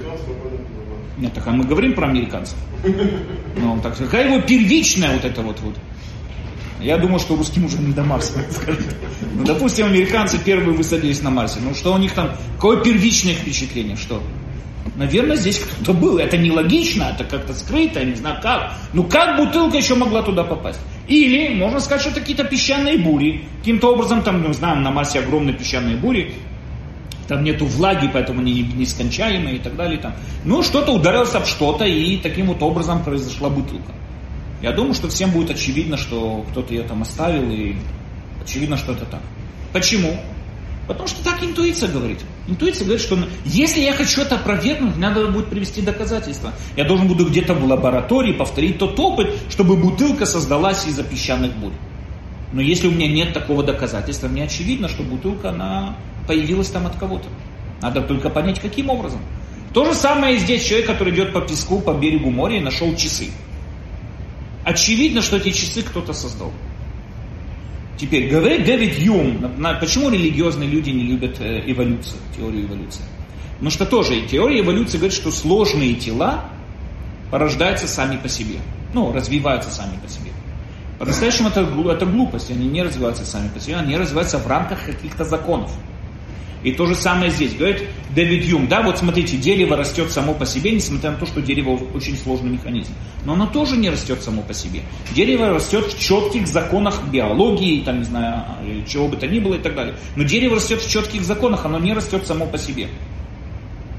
S1: Нет, так мы говорим про американцев. Ну, так, какая его первичная вот эта вот. Я думаю, что русским уже не до Марса. Ну, допустим, американцы первые высадились на Марсе. Ну, что у них там, какое первичное впечатление, что? Наверное, здесь кто-то был. Это нелогично, это как-то скрыто, я не знаю как. Ну, как бутылка еще могла туда попасть? Или, можно сказать, что это какие-то песчаные бури. Каким-то образом, там, мы знаем, на Марсе огромные песчаные бури. Там нету влаги, поэтому они нескончаемые и так далее. Там. Ну, что-то ударилось об что-то, и таким вот образом произошла бутылка. Я думаю, что всем будет очевидно, что кто-то ее там оставил, и очевидно, что это так. Почему? Потому что так интуиция говорит. Интуиция говорит, что если я хочу это опровергнуть, надо будет привести доказательства. Я должен буду где-то в лаборатории повторить тот опыт, чтобы бутылка создалась из-за песчаных бурь. Но если у меня нет такого доказательства, мне очевидно, что бутылка, она появилась там от кого-то. Надо только понять, каким образом. То же самое и здесь. Человек, который идет по песку, по берегу моря и нашел часы. Очевидно, что эти часы кто-то создал. Теперь, говорит Дэвид Юм, почему религиозные люди не любят эволюцию, теорию эволюции? Потому что тоже теория эволюции говорит, что сложные тела порождаются сами по себе. Ну, развиваются сами по себе. По-настоящему это глупость, они не развиваются сами по себе, они развиваются в рамках каких-то законов. И то же самое здесь. Говорит Дэвид Юм, да, вот смотрите, дерево растет само по себе, несмотря на то, что дерево очень сложный механизм. Но оно тоже не растет само по себе. Дерево растет в четких законах биологии, там, не знаю, чего бы то ни было и так далее. Но дерево растет в четких законах, оно не растет само по себе.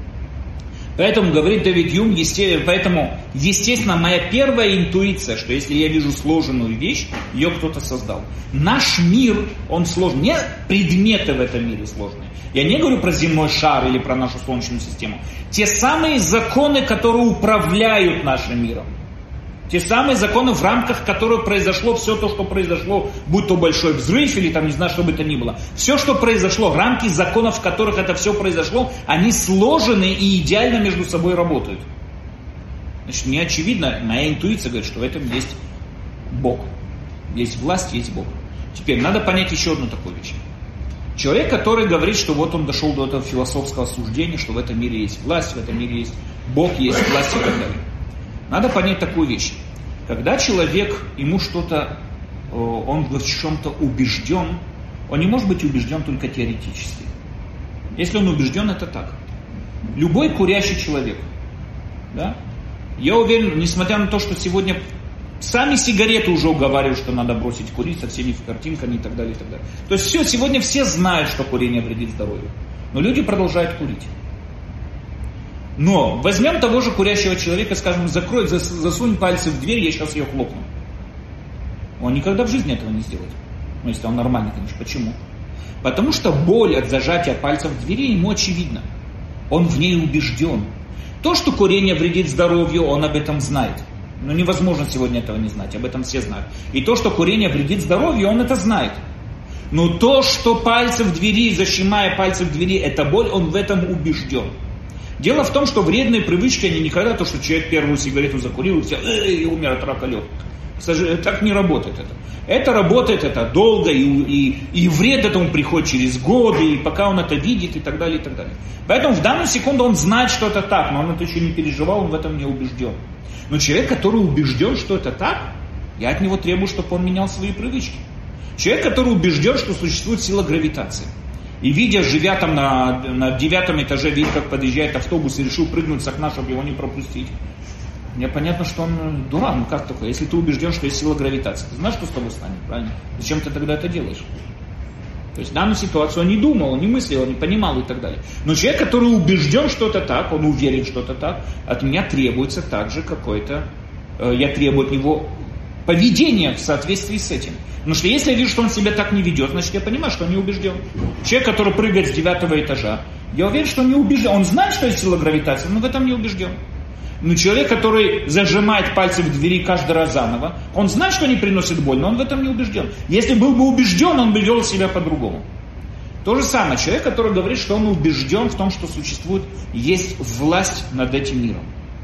S1: Поэтому, говорит Дэвид Юм, естественно, моя первая интуиция, что если я вижу сложенную вещь, ее кто-то создал. Наш мир, он сложный. Не предметы в этом мире сложные. Я не говорю про земной шар или про нашу Солнечную систему. Те самые законы, которые управляют нашим миром. Те самые законы, в рамках которых произошло все то, что произошло, будь то большой взрыв или там не знаю, что бы то ни было. Все, что произошло, рамки законов, в которых это все произошло, они сложены и идеально между собой работают. Значит, мне очевидно, моя интуиция говорит, что в этом есть Бог. Есть власть, есть Бог. Теперь надо понять еще одну такую вещь. Человек, который говорит, что вот он дошел до этого философского суждения, что в этом мире есть власть, в этом мире есть Бог, есть власть и так далее. Надо понять такую вещь. Когда человек, ему что-то, он в чем-то убежден, он не может быть убежден только теоретически. Если он убежден, это так. Любой курящий человек, да, я уверен, несмотря на то, что сегодня сами сигареты уже уговаривают, что надо бросить курить со всеми картинками и так далее, и так далее. То есть сегодня все знают, что курение вредит здоровью. Но люди продолжают курить. Но возьмем того же курящего человека, скажем, засунь пальцы в дверь, я сейчас ее хлопну. Он никогда в жизни этого не сделает. Ну, если он нормальный, конечно. Почему? Потому что боль от зажатия пальцев в двери ему очевидна. Он в ней убежден. То, что курение вредит здоровью, он об этом знает. Но невозможно сегодня этого не знать, об этом все знают. И то, что курение вредит здоровью, он это знает. Но то, что пальцы в двери, защемая пальцы в двери, это боль, он в этом убежден. Дело в том, что вредные привычки, они никогда то, что человек первую сигарету закурил, и умер от рака легких. Так не работает это. Это работает, это долго, и вред этому приходит через годы, и пока он это видит, и так далее, и так далее. Поэтому в данную секунду он знает, что это так, но он это еще не переживал, он в этом не убежден. Но человек, который убежден, что это так, я от него требую, чтобы он менял свои привычки. Человек, который убежден, что существует сила гравитации. И видя, живя там на 9 этаже, видит, как подъезжает автобус и решил прыгнуть с окна, чтобы его не пропустить. Мне понятно, что он дурак, ну как такое? Если ты убежден, что есть сила гравитации, ты знаешь, что с тобой станет, правильно? Зачем ты тогда это делаешь? То есть в данную ситуацию он не думал, он не мыслил, он не понимал и так далее. Но человек, который убежден, что это так, он уверен, что это так, от меня требуется также какое-то, я требую от него поведения в соответствии с этим. Потому что если я вижу, что он себя так не ведет, значит я понимаю, что он не убежден. Человек, который прыгает с 9 этажа, я уверен, что он не убежден. Он знает, что есть сила гравитации, но в этом не убежден. Но человек, который зажимает пальцы в двери каждый раз заново, он знает, что они приносят боль, но он в этом не убежден. Если был бы убежден, он бы вел себя по-другому. То же самое, человек, который говорит, что он убежден в том, что существует, есть власть над этим миром.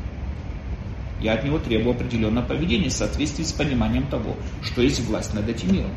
S1: Я от него требую определенного поведения в соответствии с пониманием того, что есть власть над этим миром.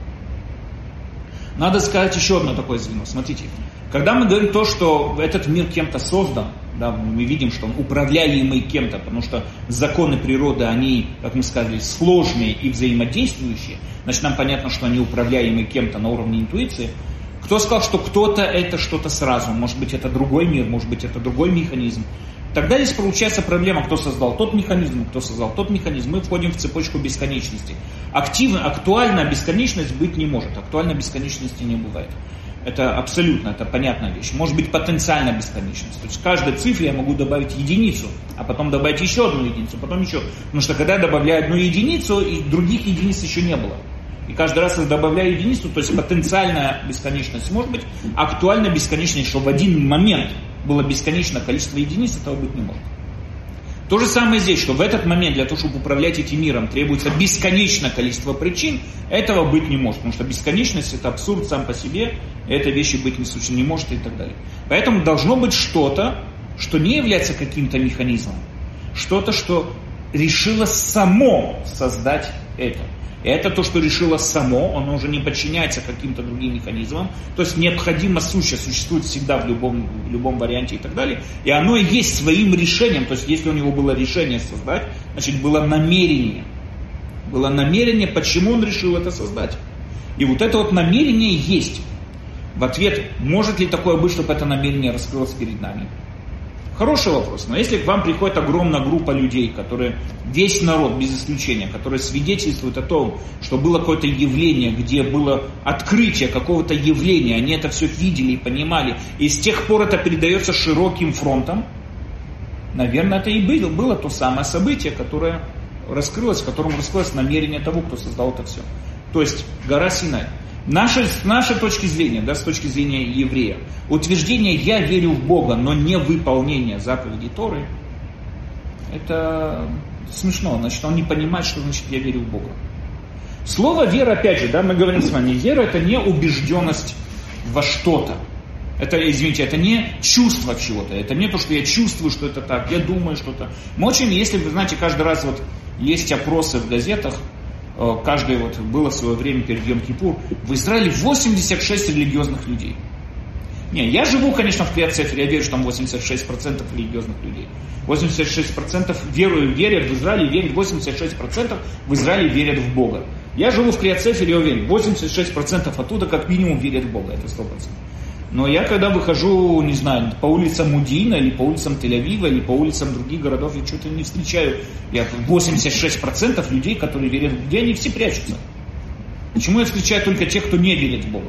S1: Надо сказать еще одно такое звено. Смотрите, когда мы говорим то, что этот мир кем-то создан, да, мы видим, что он управляемый кем-то, потому что законы природы, они, как мы сказали, сложные и взаимодействующие, значит нам понятно, что они управляемы кем-то на уровне интуиции. Кто сказал, что кто-то это что-то с разумом? Может быть это другой мир, может быть это другой механизм. Тогда здесь получается проблема, кто создал тот механизм, кто создал тот механизм. Мы входим в цепочку бесконечности. Актуальная бесконечность быть не может. Актуальной бесконечности не бывает. Это абсолютно, это понятная вещь. Может быть потенциальная бесконечность. То есть в каждой цифре я могу добавить единицу, а потом добавить еще одну единицу, потом еще. Потому что когда я добавляю одну единицу, и других единиц еще не было. И каждый раз я добавляю единицу, то есть потенциальная бесконечность может быть, актуальная бесконечность, что в один момент было бесконечное количество единиц, этого быть не может. То же самое здесь, что в этот момент для того, чтобы управлять этим миром, требуется бесконечное количество причин, этого быть не может. Потому что бесконечность это абсурд сам по себе, этой вещи быть не может и так далее. Поэтому должно быть что-то, что не является каким-то механизмом. Что-то, что решило само создать это. И это то, что решило само, оно уже не подчиняется каким-то другим механизмам. То есть необходимо существует всегда в любом варианте и так далее. И оно и есть своим решением. То есть если у него было решение создать, значит было намерение. Было намерение, почему он решил это создать. И вот это вот намерение есть. В ответ, может ли такое быть, чтобы это намерение раскрылось перед нами? Хороший вопрос, но если к вам приходит огромная группа людей, которые, весь народ без исключения, которые свидетельствуют о том, что было какое-то явление, где было открытие какого-то явления, они это все видели и понимали, и с тех пор это передается широким фронтом, Наверное, это и было то самое событие, которое раскрылось, в котором раскрылось намерение того, кто создал это все. То есть гора Синай. Наша точка зрения, да, с точки зрения еврея, утверждение «я верю в Бога», но не выполнение заповедей Торы, это смешно. Значит, он не понимает, что значит «я верю в Бога». Слово «вера», опять же, да, мы говорим с вами, вера – это не убежденность во что-то. Это, извините, это не чувство чего-то, это не то, что я чувствую, что это так, я думаю что-то. Мы очень, если вы знаете, каждый раз вот есть опросы в газетах, каждое вот было в свое время перед Йом-Кипур, в Израиле 86 религиозных людей. Не, я живу, конечно, в Криат-Сефере, я верю, что там 86% религиозных людей. 86% верят в Израиле, верят 86% в Израиле верят в Бога. Я живу в Криат-Сефере, я уверен, 86% оттуда как минимум верят в Бога, это 100%. Но я когда выхожу, не знаю, по улицам Мудиина, или по улицам Тель-Авива, или по улицам других городов, я что-то не встречаю. Я 86% людей, которые верят в Бога, где они все прячутся? Почему я встречаю только тех, кто не верит в Бога?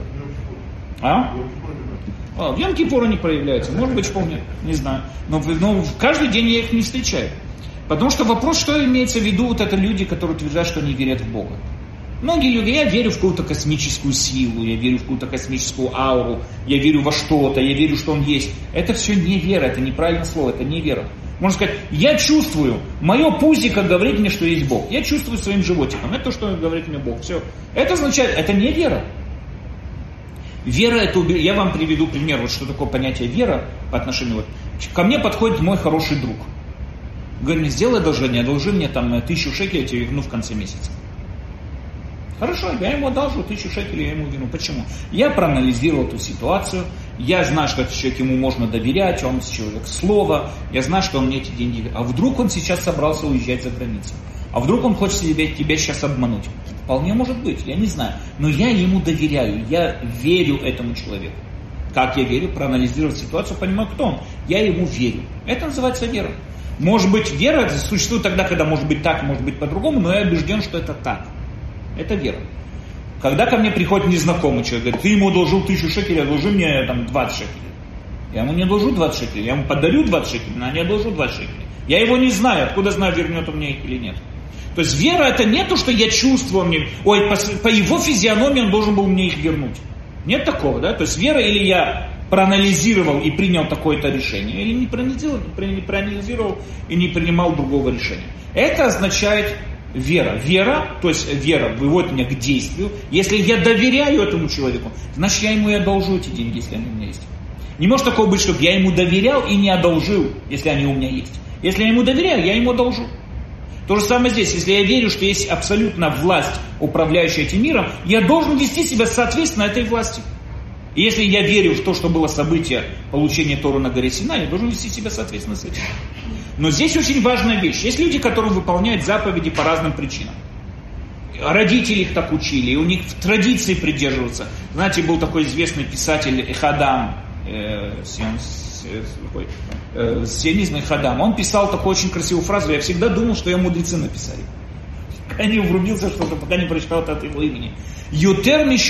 S1: В Йом-Кипур они проявляются, может быть, вполне, не знаю. Но каждый день я их не встречаю. Потому что вопрос, что имеется в виду, вот это люди, которые утверждают, что они верят в Бога. Многие люди, я верю в какую-то космическую силу, я верю в какую-то космическую ауру, я верю во что-то, я верю, что он есть. Это все не вера, это неправильное слово, это не вера. Можно сказать, я чувствую, мое пузико говорит мне, что есть Бог. Я чувствую своим животиком, это то, что говорит мне Бог. Все. Это означает, это не вера. Вера, это, я вам приведу пример, вот что такое понятие вера по отношению, вот, ко мне подходит мой хороший друг. Говорит мне, сделай одолжение, одолжи мне там 1000 шекелей, я тебе верну в конце месяца. Хорошо, я ему одолжу 1000 шекелей, я ему верну. Почему? Я проанализировал эту ситуацию, я знаю, что этот человек, ему можно доверять, он человек слова, я знаю, что он мне эти деньги верит. А вдруг он сейчас собрался уезжать за границу? А вдруг он хочет тебя сейчас обмануть? Вполне может быть, я не знаю. Но я ему доверяю, я верю этому человеку. Как я верю? Проанализировав ситуацию, понимаю, кто он. Я ему верю. Это называется вера. Может быть, вера существует тогда, когда может быть так, может быть по-другому, но я убежден, что это так. Это вера. Когда ко мне приходит незнакомый человек, говорит, ты ему одолжил 1000 шекелей, одолжи мне там 20 шекелей. Я ему не одолжу 20 шекелей, я ему подарю 20 шекелей, но не одолжу 20 шекелей. Я его не знаю, откуда знаю, вернет он мне их или нет. То есть вера это не то, что я чувствую, по его физиономии он должен был мне их вернуть. Нет такого, да? То есть вера или я проанализировал и принял такое-то решение, или не проанализировал и не принимал другого решения. Это означает вера. Вера, то есть вера выводит меня к действию. Если я доверяю этому человеку, значит я ему и одолжу эти деньги, если они у меня есть. Не может такого быть, чтобы я ему доверял и не одолжил, если они у меня есть. Если я ему доверяю, я ему одолжу. То же самое здесь. Если я верю, что есть абсолютно власть, управляющая этим миром, я должен вести себя соответственно этой власти. И если я верю в то, что было событие получения Торы на горе Синай, я должен вести себя соответственно с этим. Но здесь очень важная вещь. Есть люди, которые выполняют заповеди по разным причинам. Родители их так учили, и у них в традиции придерживаются. Знаете, был такой известный писатель Эхадам, сионизм Эхадам. Он писал такую очень красивую фразу, я всегда думал, что ее мудрецы написали. Пока не врубился что-то, пока не прочитал это от его имени. Ютермиши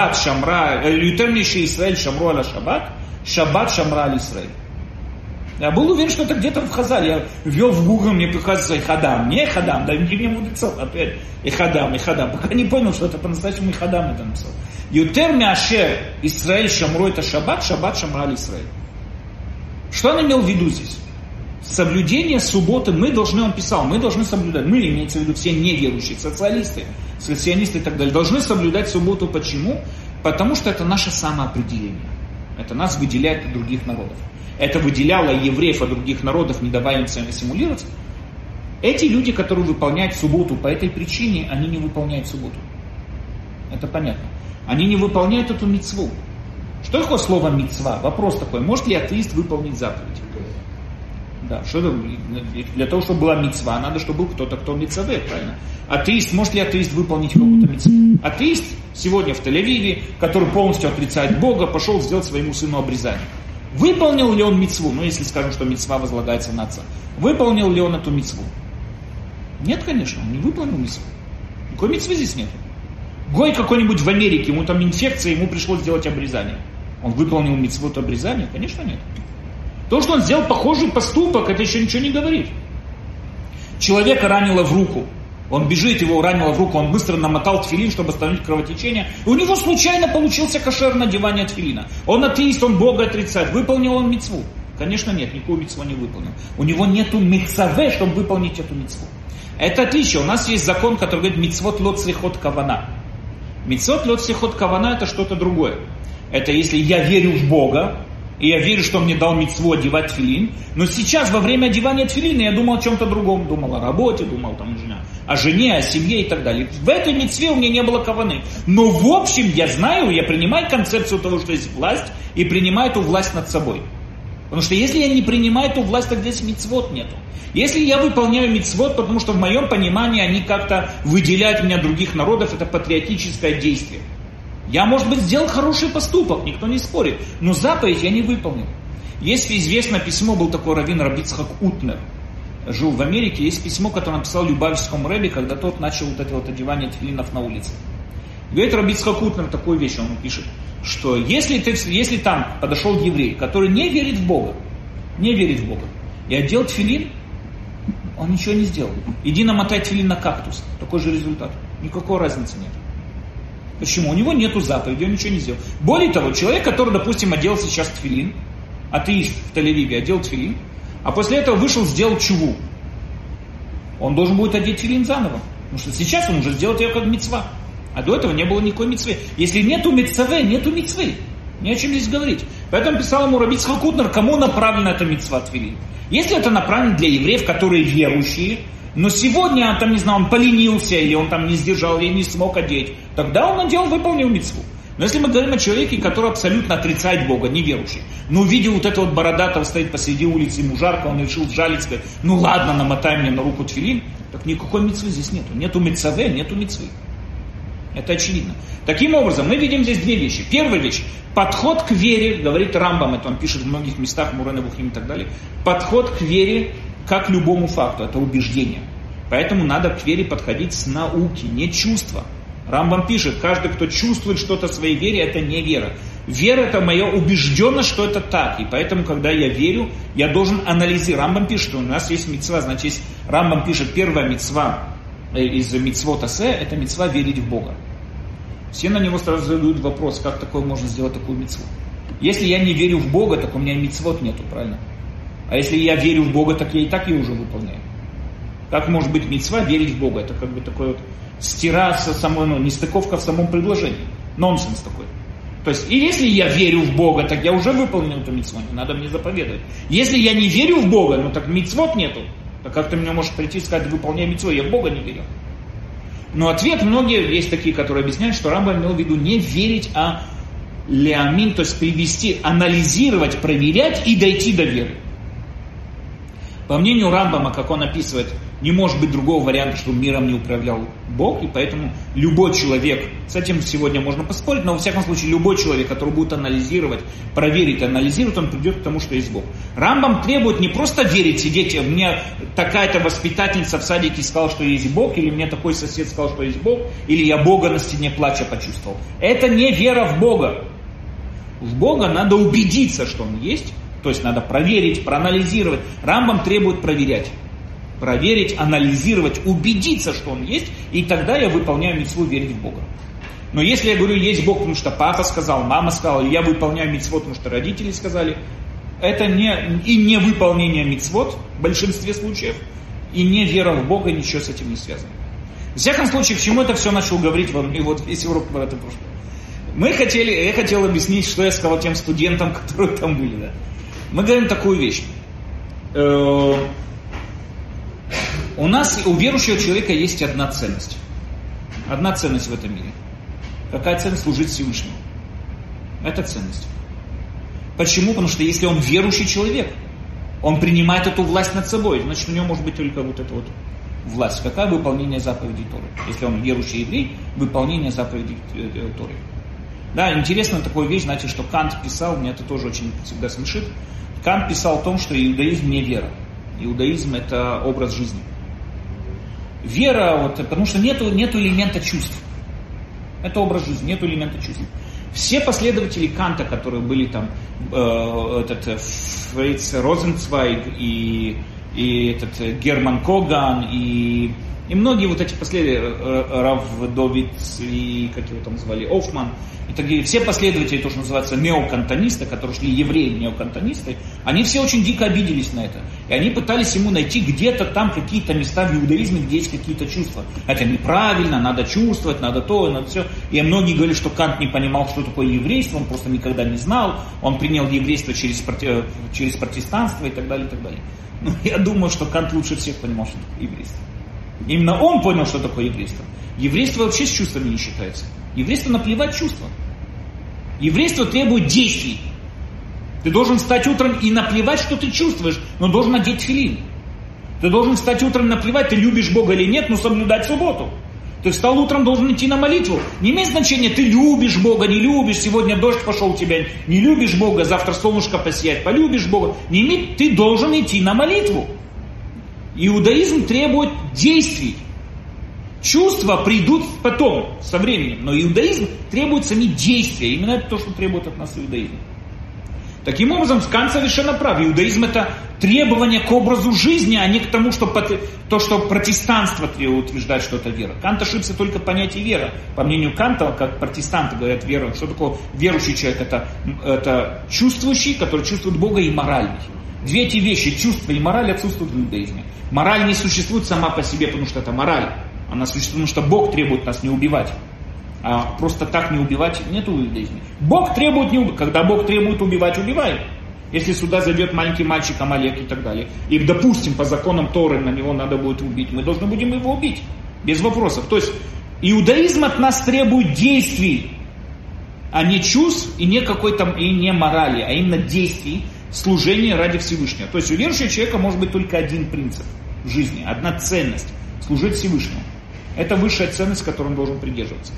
S1: Исраэль шамру аля шаббат, шаббат шамра аль Исраэль. Я был уверен, что это где-то в Хазале. Я ввел в Google, мне показывается Эхадам. Не Эхадам, да не мудрецов, опять Эхадам. Пока не понял, что это по-настоящему Эхадам это написал. Ютер миашер Исраэль шамру это шаббат, шаббат шамра аль Исраэль. Что он имел в виду здесь? Соблюдение субботы мы должны, он писал, мы должны соблюдать. Мы, имеется в виду все неверующие, социалисты, сионисты и так далее, должны соблюдать субботу. Почему? Потому что это наше самоопределение. Это нас выделяет от других народов. Это выделяло евреев от других народов, не давая им симулироваться. Эти люди, которые выполняют субботу по этой причине, они не выполняют субботу. Это понятно. Они не выполняют эту мицву. Что такое слово мицва? Вопрос такой, может ли атеист выполнить заповедь? Да, что для того, чтобы была мицва, надо, чтобы был кто-то, кто мицаве, правильно? Атеист, может ли атеист выполнить какую-то мицву? Атеист сегодня в Тель-Авиве, который полностью отрицает Бога, пошел сделать своему сыну обрезание. Выполнил ли он мицву? Ну, если скажем, что мицва возлагается на отца. Выполнил ли он эту мицву? Нет, конечно, он не выполнил мицву. Никакой мицвы здесь нет. Гой какой-нибудь в Америке, ему там инфекция, ему пришлось сделать обрезание. Он выполнил мицву обрезания? Конечно, нет. То, что он сделал похожий поступок, это еще ничего не говорит. Человека ранило в руку. Он бежит, его ранило в руку, он быстро намотал тфилин, чтобы остановить кровотечение. И у него случайно получился кошер надевание тфилина. Он атеист, он Бога отрицает. Выполнил он мицву? Конечно нет, никакую мицву не выполнил. У него нету мицаве, чтобы выполнить эту мицву. Это отличие. У нас есть закон, который говорит мицвот лот слихот кавана. Мицвот лот слихот кавана это что-то другое. Это если я верю в Бога, и я верю, что он мне дал мицву одевать тфилин, но сейчас во время одевания тфилина я думал о чем-то другом. Думал о работе, думал там, о жене, о семье и так далее. В этой мицве у меня не было каваны. Но в общем я знаю, я принимаю концепцию того, что есть власть, и принимаю эту власть над собой. Потому что если я не принимаю эту власть, тогда здесь мицвот нету. Если я выполняю мицвот, потому что в моем понимании они как-то выделяют меня от других народов, это патриотическое действие. Я, может быть, сделал хороший поступок, никто не спорит, но заповедь я не выполнил. Есть известное письмо, был такой раввин Рабби Ицхак Утнер, жил в Америке, есть письмо, которое написал Любавичскому Рэбби, когда тот начал вот это вот одевание тфилинов на улице. Говорит Рабби Ицхак Утнер такую вещь, он пишет, что если там подошел еврей, который не верит в Бога, и одел тфилин, он ничего не сделал. Иди намотай тфилин на кактус, такой же результат, никакой разницы нет. Почему? У него нету заповеди, он ничего не сделал. Более того, человек, который, допустим, одел сейчас тфилин, атеист в Тель-Авиве одел тфилин, а после этого вышел, сделал чуву, он должен будет одеть тфилин заново. Потому что сейчас он уже сделает ее как мицва. А до этого не было никакой мицвы. Если нету мицвы, нету мицвы. Не о чем здесь говорить. Поэтому писал ему Рабби Ицхак Утнер, кому направлена эта мицва тфилин. Если это направлено для евреев, которые верующие, но сегодня, там, не знаю, он поленился, или он там не сдержал, или не смог одеть, тогда он надел, выполнил мицву. Но если мы говорим о человеке, который абсолютно отрицает Бога, неверующий, но увидел вот этого бородатого, стоит посреди улицы, ему жарко, он решил сжалиться, сказать, ну ладно, намотай мне на руку тфилин, так никакой мицвы здесь нету. Нету мицаве, нету мицвы. Это очевидно. Таким образом, мы видим здесь две вещи. Первая вещь, подход к вере, говорит Рамбам, это он пишет в многих местах, Мурэ Небухим и так далее, подход к вере, как к любому факту, это убеждение. Поэтому надо к вере подходить с науки, не чувства. Рамбам пишет, каждый, кто чувствует что-то в своей вере, это не вера. Вера это моя убежденность, что это так. И поэтому, когда я верю, я должен анализировать. Рамбам пишет, что у нас есть мицва, значит, есть, Рамбам пишет, первая мицва из мицвот асе, это мицва верить в Бога. Все на него сразу задают вопрос, как такое можно сделать такую мицву. Если я не верю в Бога, так у меня мицвот нету, правильно? А если я верю в Бога, так я и так ее уже выполняю. Как может быть мицва верить в Бога? Это как бы такой вот нестыковка в самом предложении. Нонсенс такой. То есть, и если я верю в Бога, так я уже выполнил эту мицву, не надо мне заповедовать. Если я не верю в Бога, ну так мицвот нету. Так как ты мне можешь прийти и сказать, выполняй мицву, я в Бога не верю. Но ответ, многие есть такие, которые объясняют, что Рамбам имел в виду не верить, а леамин, то есть привести, анализировать, проверять и дойти до веры. По мнению Рамбама, как он описывает, не может быть другого варианта, чтобы миром не управлял Бог, и поэтому любой человек, с этим сегодня можно поспорить, но во всяком случае любой человек, который будет анализировать, проверить, анализировать, он придет к тому, что есть Бог. Рамбам требует не просто верить, сидеть, мне такая-то воспитательница в садике сказала, что есть Бог, или мне такой сосед сказал, что есть Бог, или я Бога на стене плача почувствовал. Это не вера в Бога. В Бога надо убедиться, что Он есть, то есть надо проверить, проанализировать. Рамбам требует проверять. Проверить, анализировать, убедиться, что Он есть, и тогда я выполняю мицву верить в Бога. Но если я говорю, есть Бог, потому что папа сказал, мама сказала, или я выполняю мицвот, потому что родители сказали, это не выполнение мицвот в большинстве случаев, и не вера в Бога, ничего с этим не связано. В всяком случае, к чему это все начал говорить вам, и вот весь урок про это прошло. Я хотел объяснить, что я сказал тем студентам, которые там были. Да? Мы говорим такую вещь. У нас, у верующего человека есть одна ценность. Одна ценность в этом мире. Какая ценность? Служить Всевышнему. Это ценность. Почему? Потому что если он верующий человек, он принимает эту власть над собой, значит у него может быть только вот эта вот власть. Какая? Выполнение заповедей Торы. Если он верующий еврей, выполнение заповедей Торы. Да, интересная такая вещь, знаете, что Кант писал, меня это тоже очень всегда смешит. Кант писал о том, что иудаизм не вера. Иудаизм это образ жизни. Вера, потому что нету элемента чувств. Это образ жизни, нету элемента чувств. Все последователи Канта, которые были там, Фриц Розенцвейг и Герман Коган и многие вот эти последователи, Рав Довиц и, как его там звали, Оффман, и так далее, все последователи, то, что называется неокантонисты, которые шли евреи-неокантонисты, они все очень дико обиделись на это. И они пытались ему найти где-то там какие-то места в иудаизме, где есть какие-то чувства. Это неправильно, надо чувствовать, надо то, надо все. И многие говорили, что Кант не понимал, что такое еврейство, он просто никогда не знал, он принял еврейство через протестанство и так далее, и так далее. Но я думаю, что Кант лучше всех понимал, что такое еврейство. Именно он понял, что такое еврейство. Еврейство вообще с чувствами не считается. Еврейство наплевать чувства. Еврейство требует действий. Ты должен встать утром и наплевать, что ты чувствуешь, но должен надеть тфилин. Ты должен встать утром и наплевать, ты любишь Бога или нет, но соблюдать субботу. Ты встал утром, должен идти на молитву. Не имеет значения, ты любишь Бога, не любишь, сегодня дождь пошел у тебя, не любишь Бога, завтра солнышко посияет, полюбишь Бога. Не имеет, ты должен идти на молитву. Иудаизм требует действий. Чувства придут потом, со временем, но иудаизм требует сами действия. Именно это то, что требует от нас иудаизм. Таким образом, Кант совершенно прав. Иудаизм это требование к образу жизни, а не к тому, что протестанство утверждает, что это вера. Кант ошибся только в понятии вера. По мнению Канта, как протестанты говорят вера, что такое верующий человек? Это чувствующий, который чувствует Бога, и моральный. Две эти вещи, чувство и мораль, отсутствуют в иудаизме. Мораль не существует сама по себе, потому что это мораль. Она существует, потому что Бог требует нас не убивать. А просто так не убивать нету в иудаизме. Бог требует не убивать. Когда Бог требует убивать, убивает. Если сюда зайдет маленький мальчик, Амалек и так далее, и, допустим, по законам Торы на него надо будет убить, мы должны будем его убить. Без вопросов. То есть, иудаизм от нас требует действий, а не чувств и не какой-то, и не морали, а именно действий, служения ради Всевышнего. То есть, у верующего человека может быть только один принцип в жизни, одна ценность – служить Всевышнему. Это высшая ценность, которой он должен придерживаться.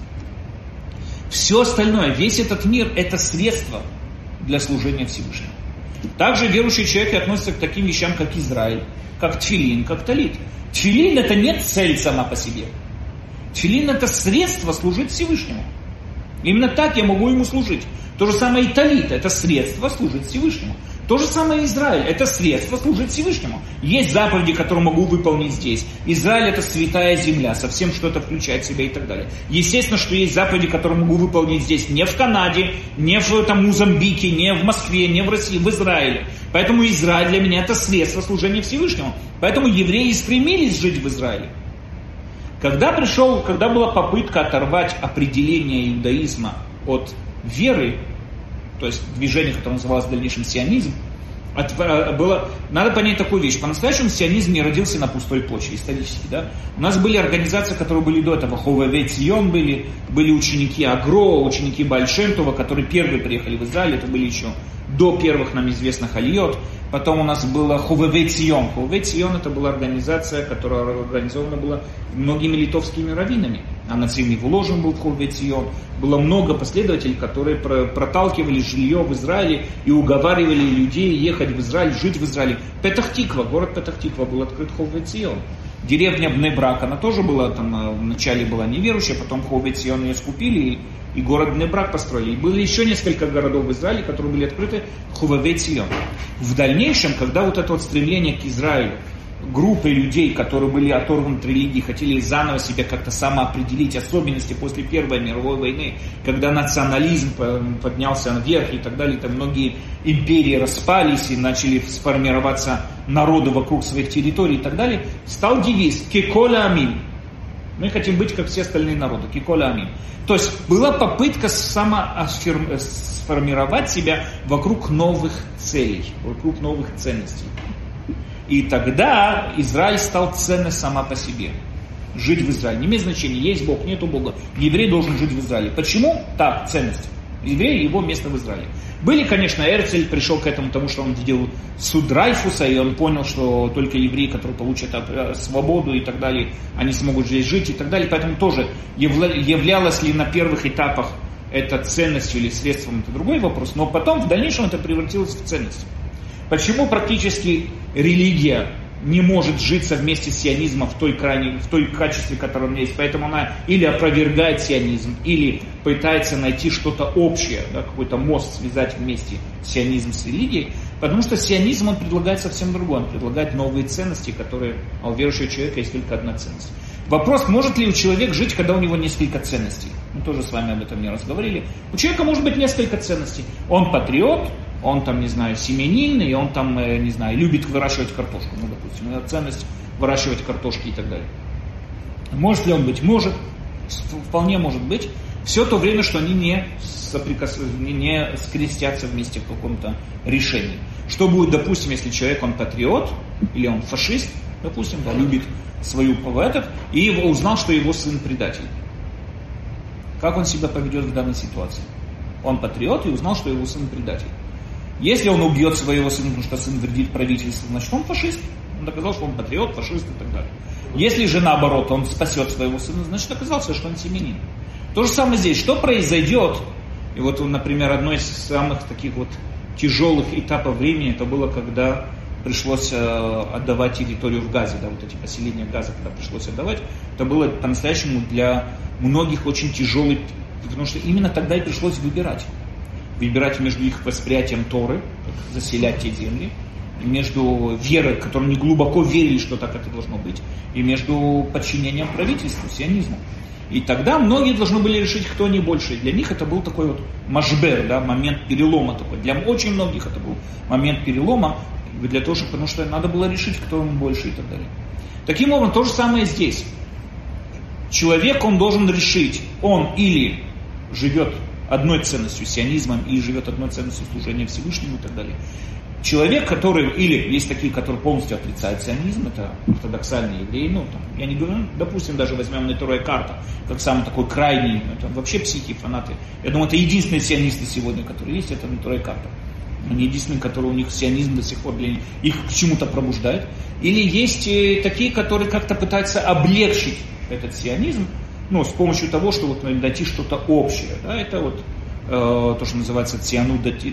S1: Все остальное, весь этот мир – это средство для служения Всевышнему. Также верующий человек относится к таким вещам, как Израиль, как тфилин, как талит. Тфилин – это не цель сама по себе. Тфилин – это средство служить Всевышнему. Именно так я могу ему служить. То же самое и талит – это средство служить Всевышнему. То же самое Израиль – это средство служить Всевышнему. Есть заповеди, которые могу выполнить здесь. Израиль – это святая земля, со всем, что это включает в себя и так далее. Естественно, что есть заповеди, которые могу выполнить здесь, не в Канаде, не в Мозамбике, не в Москве, не в России, в Израиле. Поэтому Израиль для меня – это средство служения Всевышнему. Поэтому евреи стремились жить в Израиле. Когда была попытка оторвать определение иудаизма от веры, то есть движение, которое называлось в дальнейшем сионизм, надо понять такую вещь. По-настоящему сионизм не родился на пустой почве, исторически. Да? У нас были организации, которые были до этого. Ховевей Цион были ученики Агро, ученики Бааль Шем Това, которые первые приехали в Израиль, это были еще до первых нам известных алиот. Потом у нас была Ховевей Цион. Ховевей Цион это была организация, которая организована была многими литовскими раввинами. Анацим Воложин был в Ховевей Цион. Было много последователей, которые проталкивали жилье в Израиле и уговаривали людей ехать в Израиль, жить в Израиле. Петах-Тиква, город Петах-Тиква был открыт Ховевей Цион. Деревня Бней-Брак, она тоже была там, вначале была неверующая, потом Ховевей Цион ее скупили и город Бней-Брак построили. И было еще несколько городов в Израиле, которые были открыты Ховевей Цион. В дальнейшем, когда вот это вот стремление к Израилю, группы людей, которые были оторваны от религии, хотели заново себя как-то самоопределить, особенности после Первой мировой войны, когда национализм поднялся наверх и так далее, там многие империи распались и начали сформироваться народы вокруг своих территорий и так далее, стал девиз «Кеколя амин». Мы хотим быть, как все остальные народы. «Кеколя амин». То есть была попытка сформировать себя вокруг новых целей, вокруг новых ценностей. И тогда Израиль стал ценность сама по себе. Жить в Израиле. Не имеет значения, есть Бог, нету Бога. Еврей должен жить в Израиле. Почему? Так, ценность. Еврей, его место в Израиле. Были, конечно, Эрцель пришел к этому, потому что он видел суд Драйфуса, и он понял, что только евреи, которые получат свободу и так далее, они смогут здесь жить и так далее. Поэтому тоже являлось ли на первых этапах это ценностью или средством, это другой вопрос. Но потом, в дальнейшем, это превратилось в ценность. Почему практически религия не может жить совместе с сионизмом в той качестве, которое у меня есть. Поэтому она или опровергает сионизм, или пытается найти что-то общее, да, какой-то мост связать вместе сионизм с религией. Потому что сионизм, он предлагает совсем другое. Он предлагает новые ценности, которые у верующего человека есть только одна ценность. Вопрос, может ли человек жить, когда у него несколько ценностей? Мы тоже с вами об этом не раз говорили. У человека может быть несколько ценностей. Он патриот, он там, не знаю, семьянин, и он там, не знаю, любит выращивать картошку. Ну, допустим, у него ценность выращивать картошки и так далее. Может ли он быть? Может. Вполне может быть. Все то время, что они не скрестятся вместе в каком-то решении. Что будет, допустим, если человек, он патриот, или он фашист, допустим, да, любит свою этот, и узнал, что его сын предатель. Как он себя поведет в данной ситуации? Он патриот и узнал, что его сын предатель. Если он убьет своего сына, потому что сын вредит правительству, значит он фашист. Он доказал, что он патриот, фашист и так далее. Если же наоборот, он спасет своего сына, значит оказался, что он семьянин. То же самое здесь. Что произойдет? И вот, например, одно из самых таких вот тяжелых этапов времени, это было, когда пришлось отдавать территорию в Газе, да, вот эти поселения Газа, когда пришлось отдавать, это было по-настоящему для многих очень тяжелый, потому что именно тогда и пришлось выбирать между их восприятием Торы, как заселять те земли, между верой, в которую они глубоко верили, что так это должно быть, и между подчинением правительству, сионизму. И тогда многие должны были решить, кто они больше. И для них это был такой вот машбер, да, момент перелома такой. Для очень многих это был момент перелома, для того, потому что надо было решить, кто ему больше и так далее. Таким образом, то же самое здесь. Человек, он должен решить, он или живет одной ценностью, сионизмом, или живет одной ценностью служения Всевышнему и так далее. Человек, который, или есть такие, которые полностью отрицают сионизм, это ортодоксальные евреи, ну, там, я не говорю, допустим, даже возьмем Неторая карта, как самый такой крайний, это вообще психи, фанаты. Я думаю, это единственные сионисты сегодня, которые есть, это Неторая карта. Они единственные, которые у них сионизм до сих пор их к чему-то пробуждает. Или есть такие, которые как-то пытаются облегчить этот сионизм, ну, с помощью того, что вот найти что-то общее. Да, это вот то, что называется цианут датит,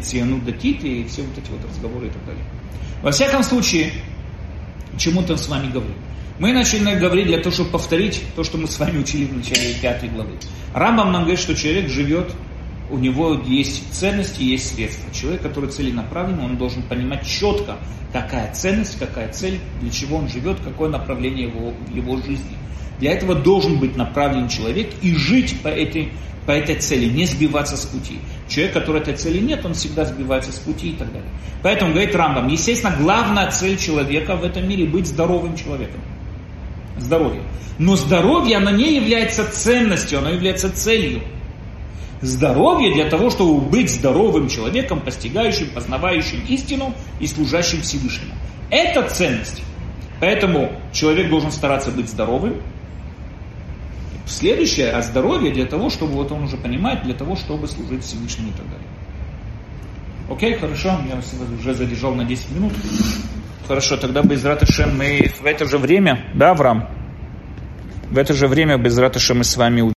S1: и все вот эти вот разговоры и так далее. Во всяком случае, чему-то с вами говорим. Мы начали говорить для того, чтобы повторить то, что мы с вами учили в начале 5 главы. Рамбам нам говорит, что человек живет, у него есть ценности, есть средства. Человек, который целенаправленный, он должен понимать четко, какая ценность, какая цель, для чего он живет, какое направление его жизни. Для этого должен быть направлен человек и жить по этой цели, не сбиваться с пути. Человек, который этой цели нет, он всегда сбивается с пути и так далее. Поэтому, говорит Рамбам, естественно, главная цель человека в этом мире быть здоровым человеком. Здоровье. Но здоровье, оно не является ценностью, оно является целью. Здоровье для того, чтобы быть здоровым человеком, постигающим, познавающим истину и служащим Всевышнему. Это ценность. Поэтому человек должен стараться быть здоровым. Следующее, а здоровье для того, чтобы, вот он уже понимает, для того, чтобы служить Всевышнему и так далее. Окей, хорошо, я уже задержал на 10 минут. Хорошо, тогда Бе'эзрат Ашем мы в это же время, да, Авраам? В это же время Бе'эзрат Ашем мы с вами